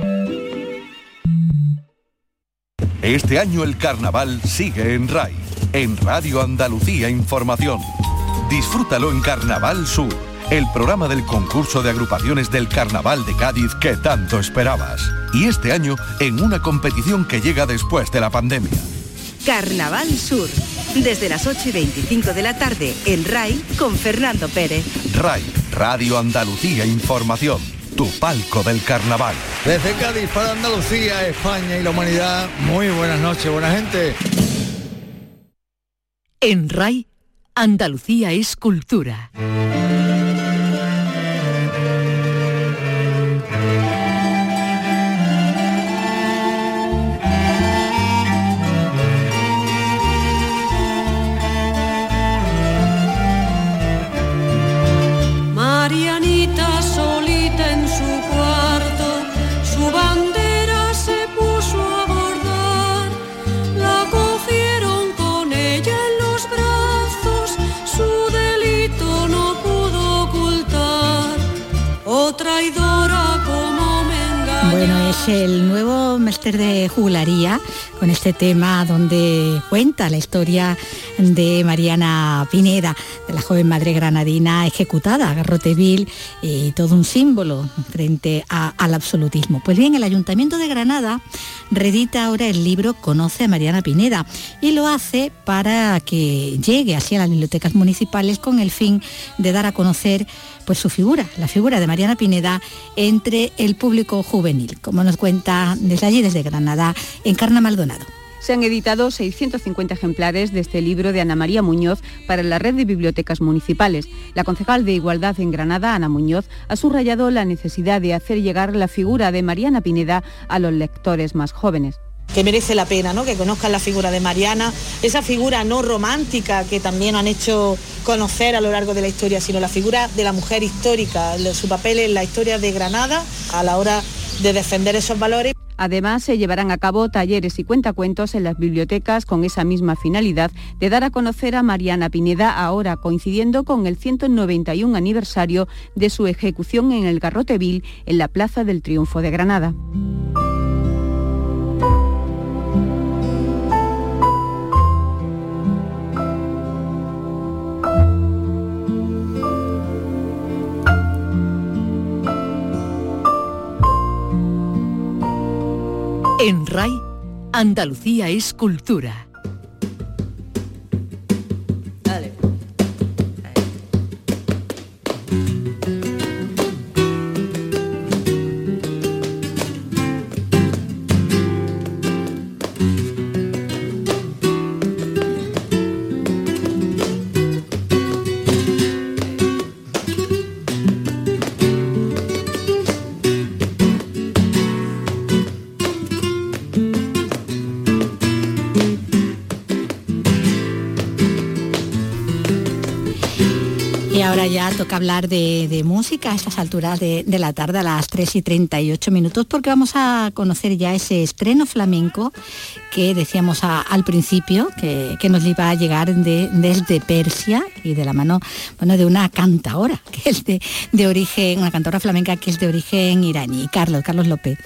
Este año el carnaval sigue en RAI, en Radio Andalucía Información. Disfrútalo en Carnaval Sur, el programa del concurso de agrupaciones del Carnaval de Cádiz que tanto esperabas. Y este año en una competición que llega después de la pandemia. Carnaval Sur, desde las ocho y veinticinco de la tarde en RAI con Fernando Pérez. RAI, Radio Andalucía Información, tu palco del carnaval. Desde Cádiz para Andalucía, España y la humanidad, muy buenas noches, buena gente. En RAI, Andalucía es cultura. Marianita solita en su cuarto, su bandera se puso a bordar, la cogieron con ella en los brazos, su delito no pudo ocultar, oh traidora como me engañas. Bueno, es el nuevo máster de juglaría con este tema donde cuenta la historia de Mariana Pineda, de la joven madre granadina ejecutada a garrote vil y todo un símbolo frente a, al absolutismo. Pues bien, el Ayuntamiento de Granada reedita ahora el libro Conoce a Mariana Pineda y lo hace para que llegue así a las bibliotecas municipales con el fin de dar a conocer pues su figura, la figura de Mariana Pineda entre el público juvenil, como nos cuenta desde allí, desde Granada, Encarna Maldonado. Se han editado seiscientos cincuenta ejemplares de este libro de Ana María Muñoz para la red de bibliotecas municipales. La concejal de Igualdad en Granada, Ana Muñoz, ha subrayado la necesidad de hacer llegar la figura de Mariana Pineda a los lectores más jóvenes. Que merece la pena, ¿no? Que conozcan la figura de Mariana, esa figura no romántica que también han hecho conocer a lo largo de la historia, sino la figura de la mujer histórica, su papel en la historia de Granada a la hora de defender esos valores. Además, se llevarán a cabo talleres y cuentacuentos en las bibliotecas con esa misma finalidad de dar a conocer a Mariana Pineda, ahora coincidiendo con el ciento noventa y uno aniversario de su ejecución en el garrote vil en la Plaza del Triunfo de Granada. En RAI, Andalucía es cultura. Dale. ahora ya toca hablar de, de música a estas alturas de, de la tarde, a las tres y treinta y ocho minutos, porque vamos a conocer ya ese estreno flamenco que decíamos a, al principio, que, que nos iba a llegar de, desde Persia y de la mano, bueno, de una cantaora, que es de, de origen, una cantaora flamenca que es de origen iraní. Carlos, Carlos López.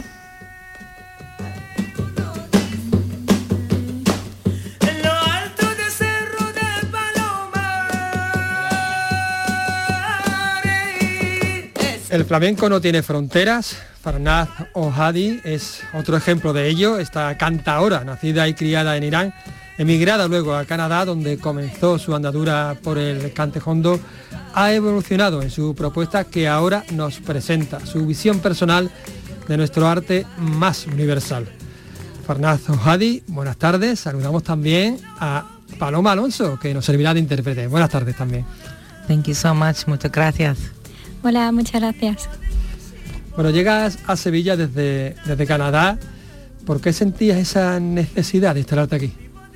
El flamenco no tiene fronteras. Farnaz Ohadi es otro ejemplo de ello. Esta cantaora, nacida y criada en Irán, emigrada luego a Canadá, donde comenzó su andadura por el cante hondo, ha evolucionado en su propuesta que ahora nos presenta, su visión personal de nuestro arte más universal. Farnaz Ohadi, buenas tardes. Saludamos también a Paloma Alonso, que nos servirá de intérprete. Buenas tardes también. Thank you so much. Muchas gracias. Hola, muchas gracias. Bueno, llegas a Sevilla desde, desde Canadá. ¿Por qué sentías esa necesidad de instalarte aquí?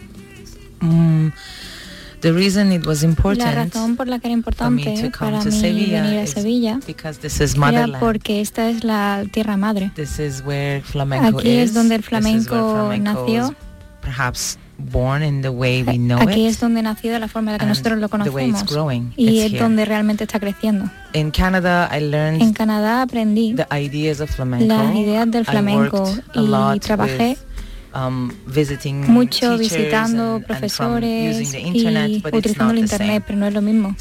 Mm, the reason it was important la razón por la que era importante para mí Sevilla venir a Sevilla era porque esta es la tierra madre. This is where flamenco aquí es donde el flamenco, flamenco nació. Perhaps born in the way we know Aquí it, es donde nació de la forma en la que nosotros lo conocemos growing, y es donde realmente está creciendo. In Canada, I learned en Canadá aprendí the ideas of flamenco. las ideas del flamenco y trabajé with, um, mucho visitando and, profesores and internet, y utilizando el internet, pero no es lo mismo.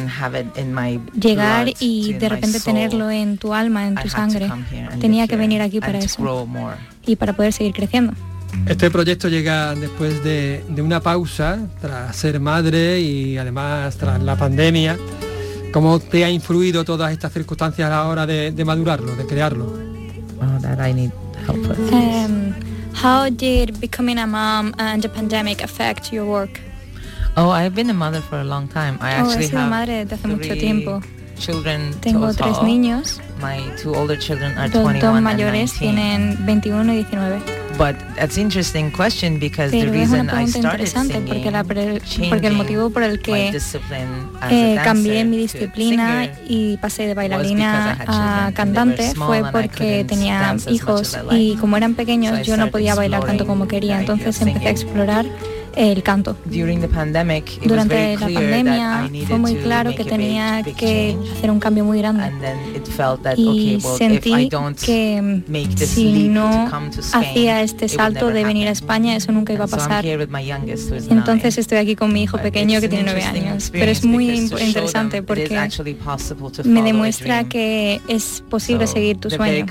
Llegar y de repente tenerlo en tu alma, en tu sangre. Tenía que venir aquí para eso y para poder seguir creciendo. Este proyecto llega después de, de una pausa tras ser madre y además tras la pandemia. ¿Cómo te ha influido todas estas circunstancias a la hora de, de madurarlo, de crearlo? Oh, that I need help with. Um, how did becoming a mom and the pandemic affect your work? Oh, I've been a mother for a long time. I oh, actually he sido have madre desde hace mucho tiempo. Children Tengo tres total. niños. My two older children are Los twenty-one dos mayores and tienen veintiuno y diecinueve. But that's interesting question because Pero the es una reason I pregunta started interesante singing, porque, la pre, porque el motivo por el que eh, cambié mi disciplina y pasé de bailarina a cantante fue porque tenía hijos y como eran pequeños yo no podía bailar tanto como quería, entonces empecé a explorar el canto. Durante la pandemia fue muy claro que tenía que hacer un cambio muy grande y sentí que si no hacía este salto de venir a España eso nunca iba a pasar. Entonces estoy aquí con mi hijo pequeño que tiene nueve años, pero es muy interesante porque me demuestra que es posible seguir tu sueño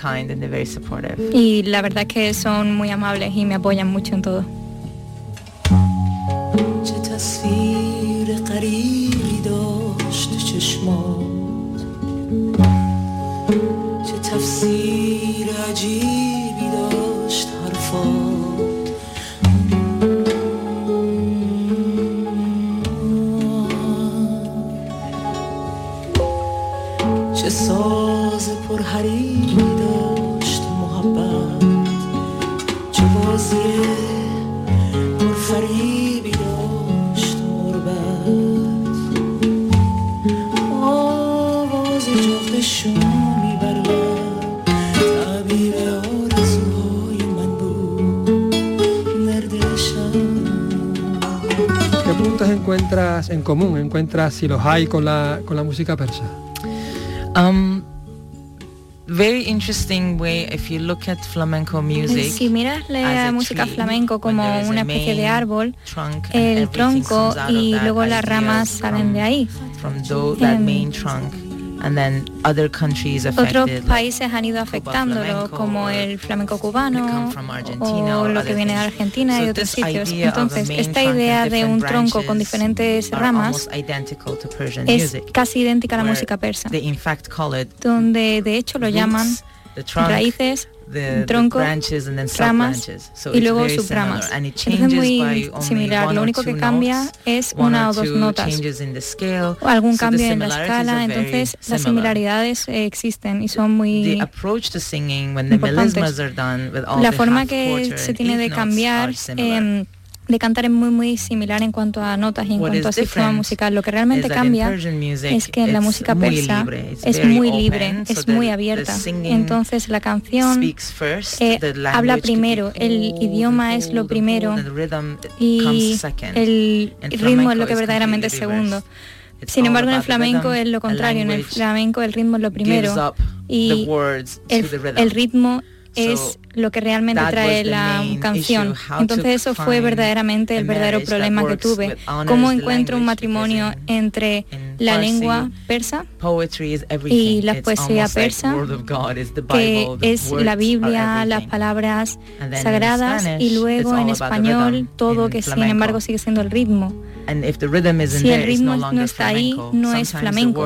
y la verdad que son muy amables y me apoyan mucho en todo. چه تصویر غریبی داشت چشمات چه تفسیر عجیبی داشت حرفات چه ساز پرحریبی داشت محبت چه بازی پرفریب ¿Qué puntos encuentras en común, encuentras si los hay con la, con la música persa? Um, very interesting way if you look at flamenco music. Si miras la música flamenco como una especie de árbol, el tronco y luego las ramas salen de ahí. From the, that main trunk. And then other countries affected, otros países han ido afectándolo, como el flamenco cubano o lo que viene de Argentina y de otros sitios. Entonces, esta idea de un tronco con diferentes ramas es casi idéntica a la música persa, donde de hecho lo llaman raíces, The, tronco, the branches and then ramas so y luego subramas. Entonces es muy similar, lo único que cambia es una o dos notas o algún so cambio en la escala, entonces las similaridades eh, existen y son muy importantes. La forma que se tiene de cambiar eh, de cantar es muy muy similar en cuanto a notas y en cuanto a sistema musical. Lo que realmente cambia es que en la música persa es muy libre, es muy abierta. Entonces la canción eh, habla primero, el idioma es lo primero y el ritmo es lo que verdaderamente es segundo. Sin embargo, en el flamenco es lo contrario, en el flamenco el ritmo es lo primero y el, el ritmo es lo que realmente trae la canción. Entonces eso fue verdaderamente el verdadero problema que tuve. ¿Cómo encuentro un matrimonio entre la lengua persa y la poesía persa, que es la Biblia, las palabras sagradas, y luego en español todo, que sin embargo sigue siendo el ritmo? Si el ritmo no está ahí, no es flamenco.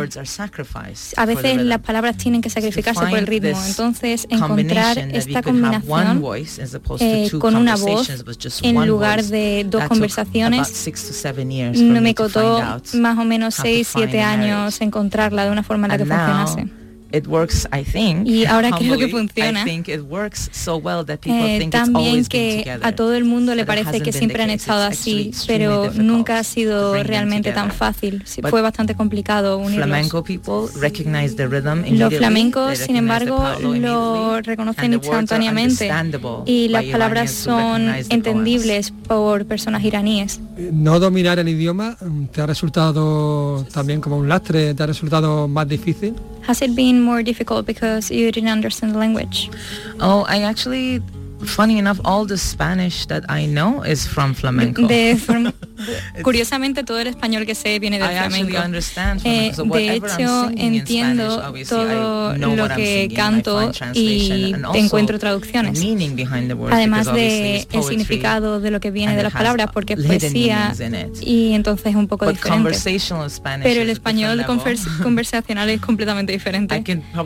A veces las palabras tienen que sacrificarse por el ritmo. Entonces encontrar esta combinación eh, con una voz en lugar de dos conversaciones no me costó más o menos seis siete años encontrarla de una forma en la que funcionase. It works, I think, y ahora creo que funciona I think it works so well that people eh, think también it's always que a todo el mundo le parece que siempre han estado así, pero nunca ha sido realmente tan fácil. Sí, fue bastante complicado unirlos. Flamenco people recognize the rhythm Los flamencos, sin embargo, lo reconocen instantáneamente y las palabras son entendibles por personas iraníes. No dominar el idioma te ha resultado también como un lastre, te ha resultado más difícil. Has it been more difficult because you didn't understand the language? Oh, I actually, funny enough, all the Spanish that I know is from flamenco. De, from, curiosamente, todo el español que sé viene del flamenco. Eh, de hecho, entiendo Spanish, todo lo que canto y encuentro traducciones. Además de el significado de lo que viene de las palabras, porque es poesía y entonces es un poco But diferente. Pero el español convers conversacional es completamente diferente.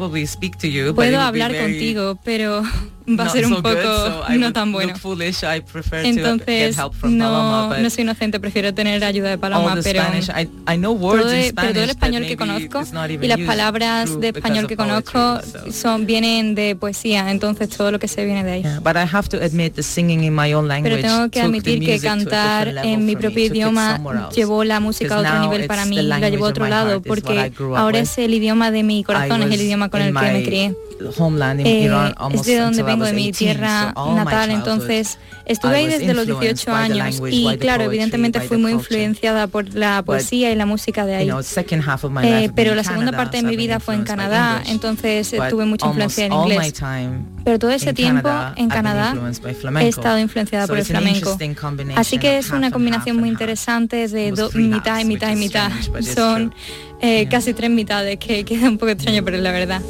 You, Puedo hablar contigo, pero va a ser un so poco good, so no tan bueno. Foolish, Entonces no, no soy inocente, prefiero tener ayuda de Paloma, pero Spanish, I, I know words todo, in pero todo el español que conozco y las palabras de español que conozco so. son vienen de poesía, entonces todo lo que sé viene de ahí. Yeah, but I have to admit the singing in my own language pero tengo que admitir que cantar en mi propio idioma llevó la música a otro nivel para mí, la llevó a otro lado, porque ahora es el idioma de mi corazón, es el idioma con el que me crié. Homeland in eh, Iran, almost es de donde vengo, de mi tierra so natal, entonces estuve ahí desde los dieciocho años y claro, evidentemente fui muy influenciada por la poesía y la música de ahí, you know, eh, pero la segunda parte de mi vida fue en Canadá, entonces tuve mucha influencia en inglés, pero todo ese tiempo en Canadá he estado influenciada por el flamenco, así que es una combinación muy interesante de do, mitad y mitad y mitad, son eh, casi tres mitades, que queda un poco extraño, pero es la verdad.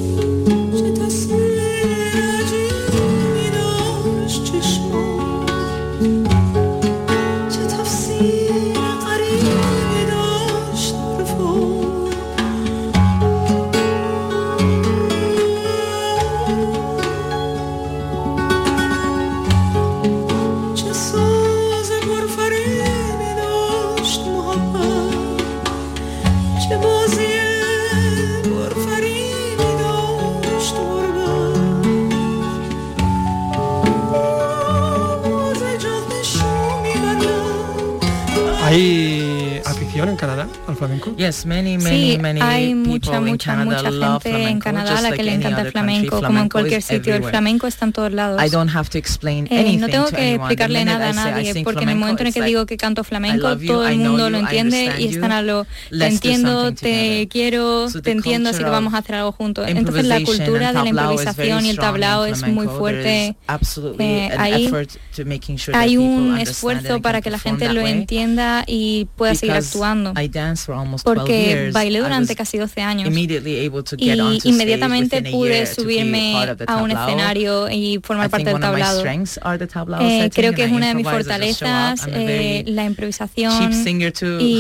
¿Hay afición en Canadá al flamenco? Yes, many, many, sí, many hay mucha, mucha, mucha gente en Canadá a la que le encanta el flamenco, como en cualquier sitio. El flamenco está en todos lados. I don't have to explain eh, no tengo que explicarle nada a nadie, porque en el momento en el que digo que canto flamenco, todo el mundo lo entiende y están a lo, te entiendo, te quiero, te entiendo, así que vamos a hacer algo juntos. Entonces la cultura de la improvisación y el tablao es muy fuerte. Eh, ahí hay un esfuerzo para que la gente lo entienda y pueda seguir actuando, porque bailé durante casi doce años y inmediatamente pude subirme a un escenario y formar parte del tablado. Eh, creo que es una de mis fortalezas, eh, la improvisación y,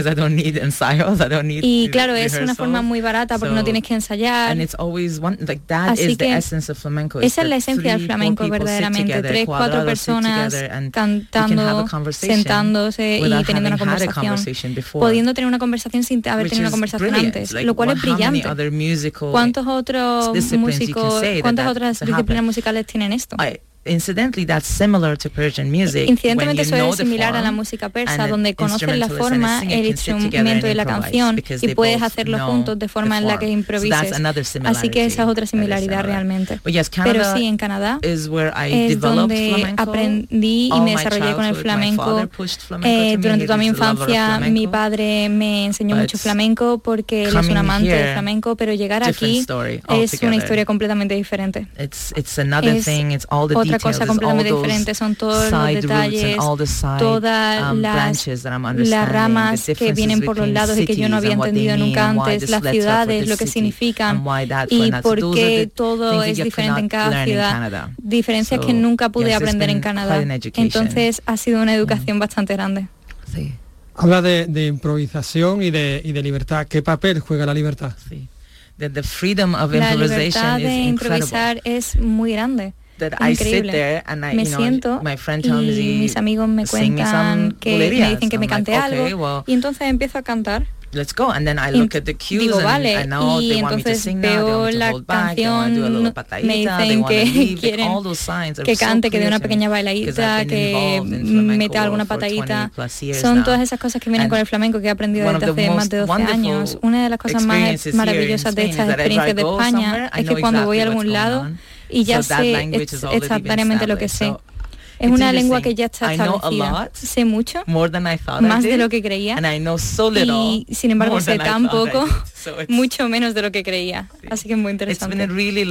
y claro, es una forma muy barata porque no tienes que ensayar, así que esa es la esencia del flamenco verdaderamente, tres, cuatro personas cantando, sentándose y teniendo una conversación, pudiendo tener una conversación sin haber tenido una conversación antes, lo cual es brillante. ¿Cuántos otros músicos, cuántas otras disciplinas musicales tienen esto? incidentally, that's similar to Persian music. Incidentalmente eso es similar a la música persa, donde conoces la forma, el instrumento y la canción y puedes hacerlo juntos de forma en la que improvises. Así que esa es otra similaridad realmente. Pero sí, en Canadá es donde aprendí y me desarrollé con el flamenco. Eh, durante toda mi infancia mi padre me enseñó mucho flamenco porque él es un amante del flamenco, pero llegar aquí es una historia completamente diferente. It's, it's another es thing, it's all the otra details, cosa completamente diferente, son todos los detalles, todas um, las, las ramas que vienen por los lados y que yo no había entendido nunca antes, las ciudades, lo que significan y por qué todo es diferente en cada ciudad, diferencias so, que nunca pude yes, aprender en Canadá. Entonces ha sido una educación mm. bastante grande. Sí. Habla de, de improvisación y de, y de libertad. ¿Qué papel juega la libertad? Sí. The, the freedom of la libertad de improvisar es muy grande. Increíble. I, me know, siento y mis amigos me cuentan que me dicen que so me cante like, okay, algo well, y entonces empiezo a cantar. Let's go. And then I look at the cues digo, vale, and I know y they want me to sing now, they want me to hold back, they want to do a little patadita, me dicen que quieren all those signs que cante, so que dé una pequeña bailadita, que meta alguna patadita. Son now. Todas esas cosas que vienen and con el flamenco que he aprendido desde hace más de doce años. Una de las cosas más maravillosas de estas experiencias de España es que cuando voy a algún lado y ya sé exactamente lo que sé. Es una lengua que ya está establecida. Sé mucho, más de lo que creía, y sin embargo sé tan poco, mucho menos de lo que creía. Así que es muy interesante.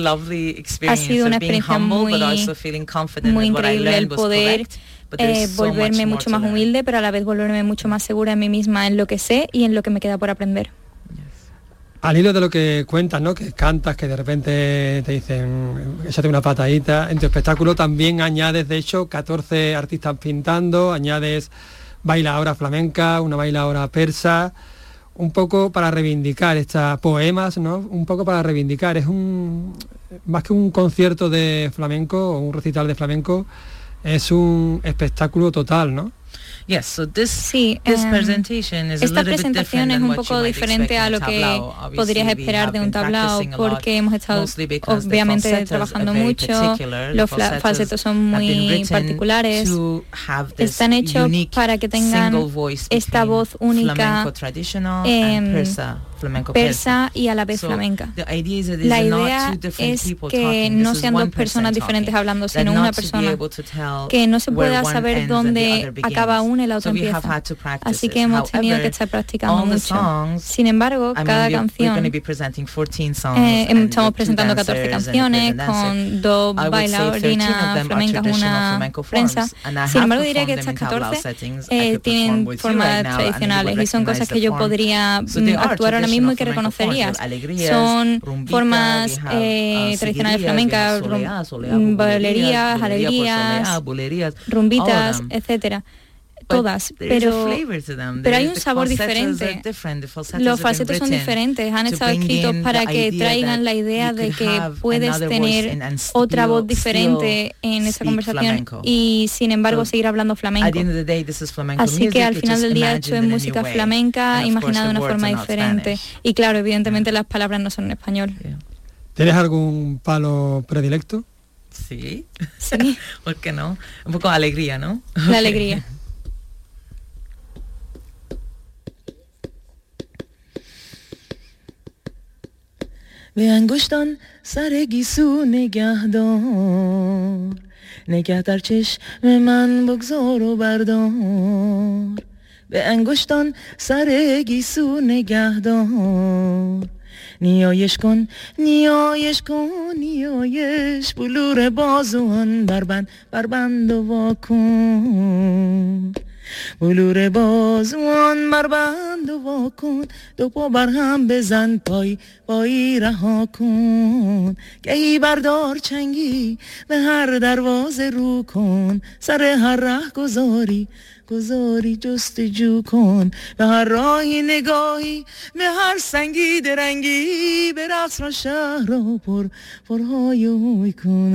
Ha sido una experiencia muy, muy increíble el poder eh, volverme mucho más humilde, pero a la vez volverme mucho más segura en mí misma, en lo que sé y en lo que me queda por aprender. Al hilo de lo que cuentas, ¿no? Que cantas, que de repente te dicen, échate una patadita. En tu espectáculo también añades, de hecho, catorce artistas pintando, añades bailadora flamenca, una bailadora persa, un poco para reivindicar estas poemas, ¿no? Un poco para reivindicar. Es un más que un concierto de flamenco o un recital de flamenco, es un espectáculo total, ¿no? Yes, so this, sí, this um, presentation is esta presentación es un poco diferente a lo que podrías esperar de un tablao, porque hemos estado obviamente trabajando mucho, los falsetos son muy particulares, están hechos para que tengan esta voz única eh, persa y a la vez flamenca. La idea es que no sean dos personas diferentes hablando, sino una persona, que no se pueda saber dónde acaba una y la otra empieza. Así que hemos tenido que estar practicando mucho. Sin embargo, cada canción, eh, estamos presentando catorce canciones con dos bailarinas flamencas, una prensa. Sin embargo, diría que estas catorce eh, tienen formas tradicionales y son cosas que yo podría actuar ahora mismo y que reconocerías. Son formas eh, tradicionales flamencas, bolerías, alegrías, rumbitas, etcétera. Todas, pero, pero hay un sabor diferente. Los falsetos son diferentes, han estado escritos para que traigan la idea de que puedes tener otra voz diferente en esa conversación y sin embargo seguir hablando flamenco. Así que al final del día esto es música flamenca imaginada de una forma diferente y claro, evidentemente las palabras no son en español. ¿Tienes algún palo predilecto? Sí, sí. ¿Por qué no? Un poco de alegría, ¿no? La alegría. به انگشتان سر گیسو نگهدار نگه در چشم من بگذار و بردار به انگشتان سر گیسو نگهدار نیایش کن نیایش کن نیایش بلور بازوان بربند بربند و واکن بلور بازوان بربند و واکن دو پا بر هم بزن پای پایی رها کن گهی بردار چنگی به هر دروازه رو کن سر هر ره گذاری گذاری جستجو کن به هر راهی نگاهی به هر سنگی درنگی به رقص را شهر را پر پرهای هوی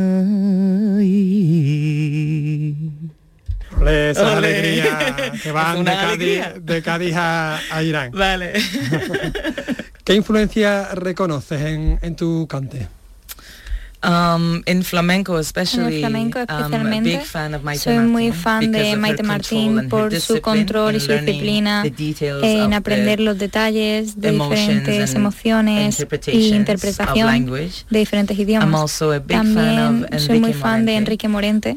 کنایی. Esa alegría que van de Cádiz, de Cádiz a, a Irán. Vale. ¿Qué influencia reconoces en, en tu cante? Um, in flamenco especially, en el flamenco especialmente, um, a big fan of Maite soy Martín, muy fan de Maite Martín por su control y su disciplina en aprender los detalles de diferentes emociones y interpretación de diferentes idiomas. También soy muy fan de Enrique Morente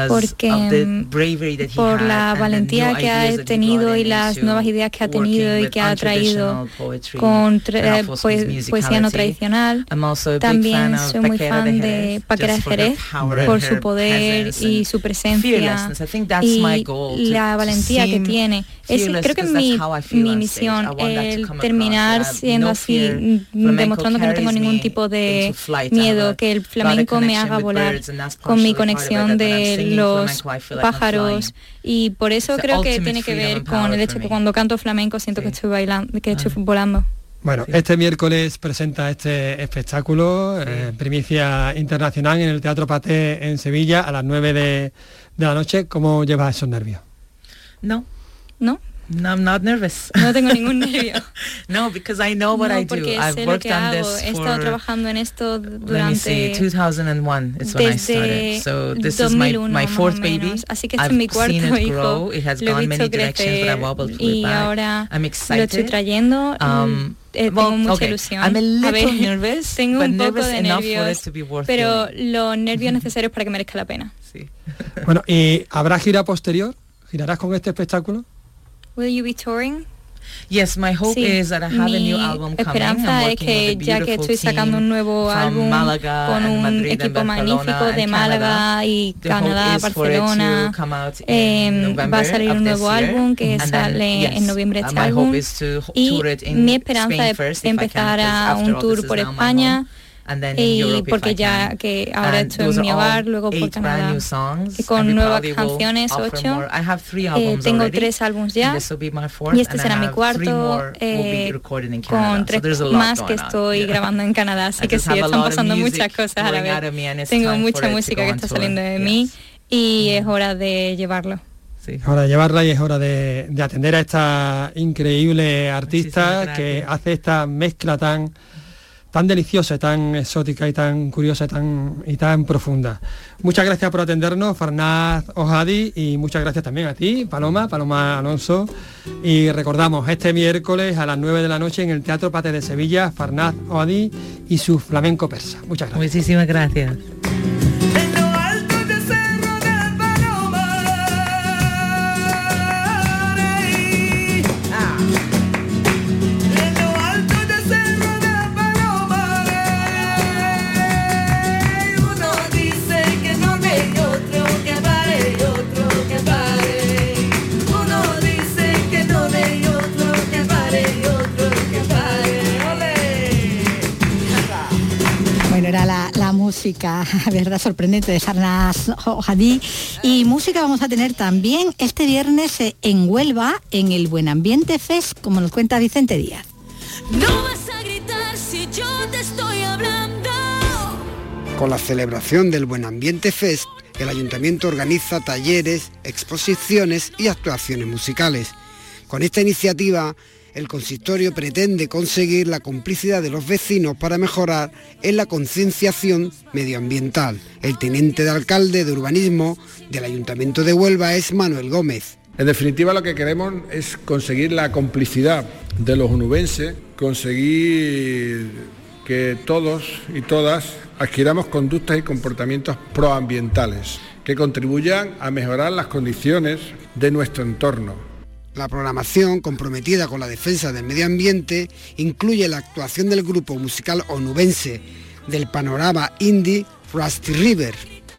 porque por la valentía que ha tenido y las nuevas ideas que ha tenido y que ha traído con eh, pues, poesía no tradicional. También soy muy fan de Paquera de Jerez por su poder y su presencia y la valentía que tiene. Es, creo que es mi, mi misión el terminar siendo así, demostrando que no tengo ningún tipo de miedo, que el flamenco me haga volar con mi conexión de los pájaros, y por eso creo que tiene que ver con el hecho que cuando canto flamenco siento que estoy bailando, que estoy volando. Bueno, este miércoles presenta este espectáculo, eh, primicia internacional en el Teatro Paté en Sevilla a las nueve de, de la noche. ¿Cómo llevas esos nervios? No. ¿No? No, I'm not nervous. No tengo ningún nervio. No, because I know what no, I do. I've worked on this for, He estado trabajando en esto durante... Let me see, two thousand one is when I started. So this is my, my fourth baby. Así que este es mi cuarto I've seen it hijo. grow. It has gone many directions, but I've wobbled y back. ahora I'm excited. Lo estoy trayendo. Um, Eh, well, tengo mucha okay. ilusión. I'm a little a ver, nervous, tengo but un poco nervous de enough nervios, for it to be worth pero feeling. los nervios necesarios para que merezca la pena. Sí. Bueno, ¿y habrá gira posterior? ¿Girarás con este espectáculo? Will you be touring? Yes, my hope sí, is that I have a new album coming. Esperanza es que ya que estoy sacando un nuevo álbum con un Madrid equipo magnífico de Málaga y Canadá, Barcelona, eh, va a salir un nuevo álbum que sale then, yes, en noviembre este álbum, y mi esperanza es empezar a un tour por España. Y porque ya que ahora estoy en mi hogar, luego por Canadá, y con nuevas canciones, ocho, eh, tengo tres álbumes ya, y este será mi cuarto, eh, con tres más que estoy grabando en Canadá, así que sí, están pasando muchas cosas a la vez. Tengo mucha música que está saliendo de mí y es hora de llevarlo. Es hora de llevarla y es hora de, de atender a esta increíble artista que hace esta mezcla tan... tan deliciosa, tan exótica y tan curiosa y tan, y tan profunda. Muchas gracias por atendernos, Farnaz Ojadi, y muchas gracias también a ti, Paloma, Paloma Alonso. Y recordamos, este miércoles a las nueve de la noche en el Teatro Paté de Sevilla, Farnaz Ojadi y su flamenco persa. Muchas gracias. Muchísimas gracias. Era la, la música, verdad, sorprendente de Farnaz Ojadi. Y música vamos a tener también este viernes en Huelva, en el Buen Ambiente Fest, como nos cuenta Vicente Díaz. No vas a gritar si yo te estoy hablando. Con la celebración del Buen Ambiente Fest, el Ayuntamiento organiza talleres, exposiciones y actuaciones musicales. Con esta iniciativa, el consistorio pretende conseguir la complicidad de los vecinos para mejorar en la concienciación medioambiental. El teniente de alcalde de urbanismo del Ayuntamiento de Huelva es Manuel Gómez. En definitiva, lo que queremos es conseguir la complicidad de los onubenses, conseguir que todos y todas adquiramos conductas y comportamientos proambientales que contribuyan a mejorar las condiciones de nuestro entorno. La programación, comprometida con la defensa del medio ambiente, incluye la actuación del grupo musical onubense del panorama indie Rusty River.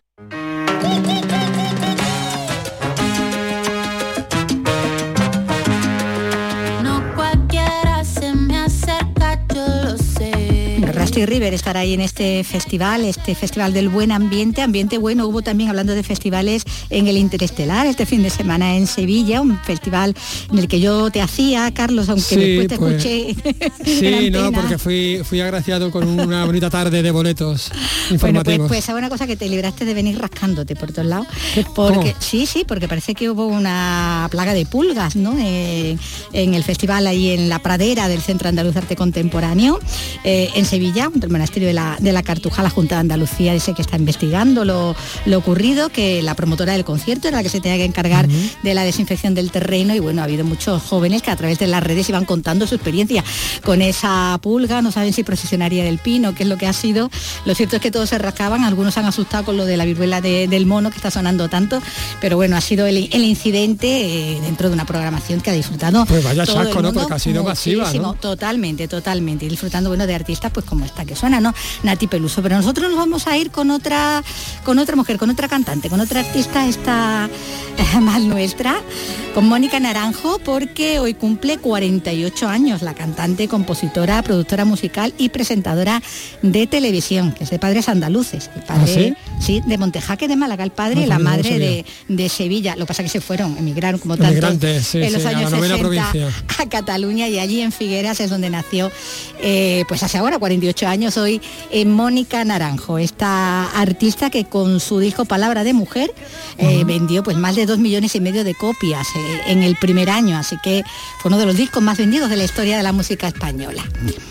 Rusty River estará ahí en este festival, este festival del buen ambiente, ambiente bueno. Hubo también, hablando de festivales, en el Interestelar este fin de semana en Sevilla, un festival en el que yo te hacía, Carlos, aunque sí, después te pues, escuché. Sí, no, porque fui, fui agraciado con una bonita tarde de boletos informativos. Bueno, pues, pues una cosa, que te libraste de venir rascándote por todos lados. Porque, sí, sí, porque parece que hubo una plaga de pulgas, ¿no? Eh, en el festival ahí en la pradera del Centro Andaluz de Arte Contemporáneo, eh, en Sevilla. junto al monasterio de la, de la Cartuja. La Junta de Andalucía dice que está investigando lo, lo ocurrido, que la promotora del concierto era la que se tenía que encargar uh-huh. de la desinfección del terreno, y bueno, ha habido muchos jóvenes que a través de las redes iban contando su experiencia con esa pulga, no saben si procesionaría del pino, qué es lo que ha sido. Lo cierto es que todos se rascaban, algunos se han asustado con lo de la viruela de, del mono que está sonando tanto, pero bueno, ha sido el, el incidente eh, dentro de una programación que ha disfrutado pues vaya todo chasco, el ¿no? mundo, Porque ha sido masiva, ¿no? Totalmente, totalmente, y disfrutando bueno de artistas pues como esta que suena, ¿no? Nati Peluso. Pero nosotros nos vamos a ir con otra con otra mujer, con otra cantante, con otra artista, esta eh, más nuestra, con Mónica Naranjo, porque hoy cumple cuarenta y ocho años, la cantante, compositora, productora musical y presentadora de televisión, que es de padres andaluces, el padre, ¿Ah, sí? sí, de Montejaque de Málaga, el padre, no, la madre no de, de Sevilla. Lo que pasa es que se fueron, emigraron como tantos sí, en los sí, años a sesenta provincia. a Cataluña, y allí en Figueras es donde nació, eh, pues hace ahora cuarenta y ocho años hoy, eh, Mónica Naranjo, esta artista que con su disco Palabra de Mujer eh, uh-huh. vendió pues más de dos millones y medio de copias eh, en el primer año, así que fue uno de los discos más vendidos de la historia de la música española.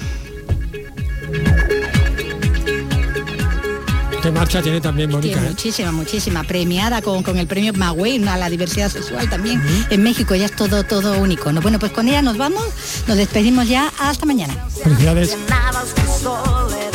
¿Qué marcha tiene también Mónica? Tiene ¿eh? muchísima, muchísima, premiada con, con el premio Magüey a la diversidad sexual también uh-huh. en México, ya es todo, todo único, ¿no? Bueno, pues con ella nos vamos, nos despedimos ya, hasta mañana. Felicidades.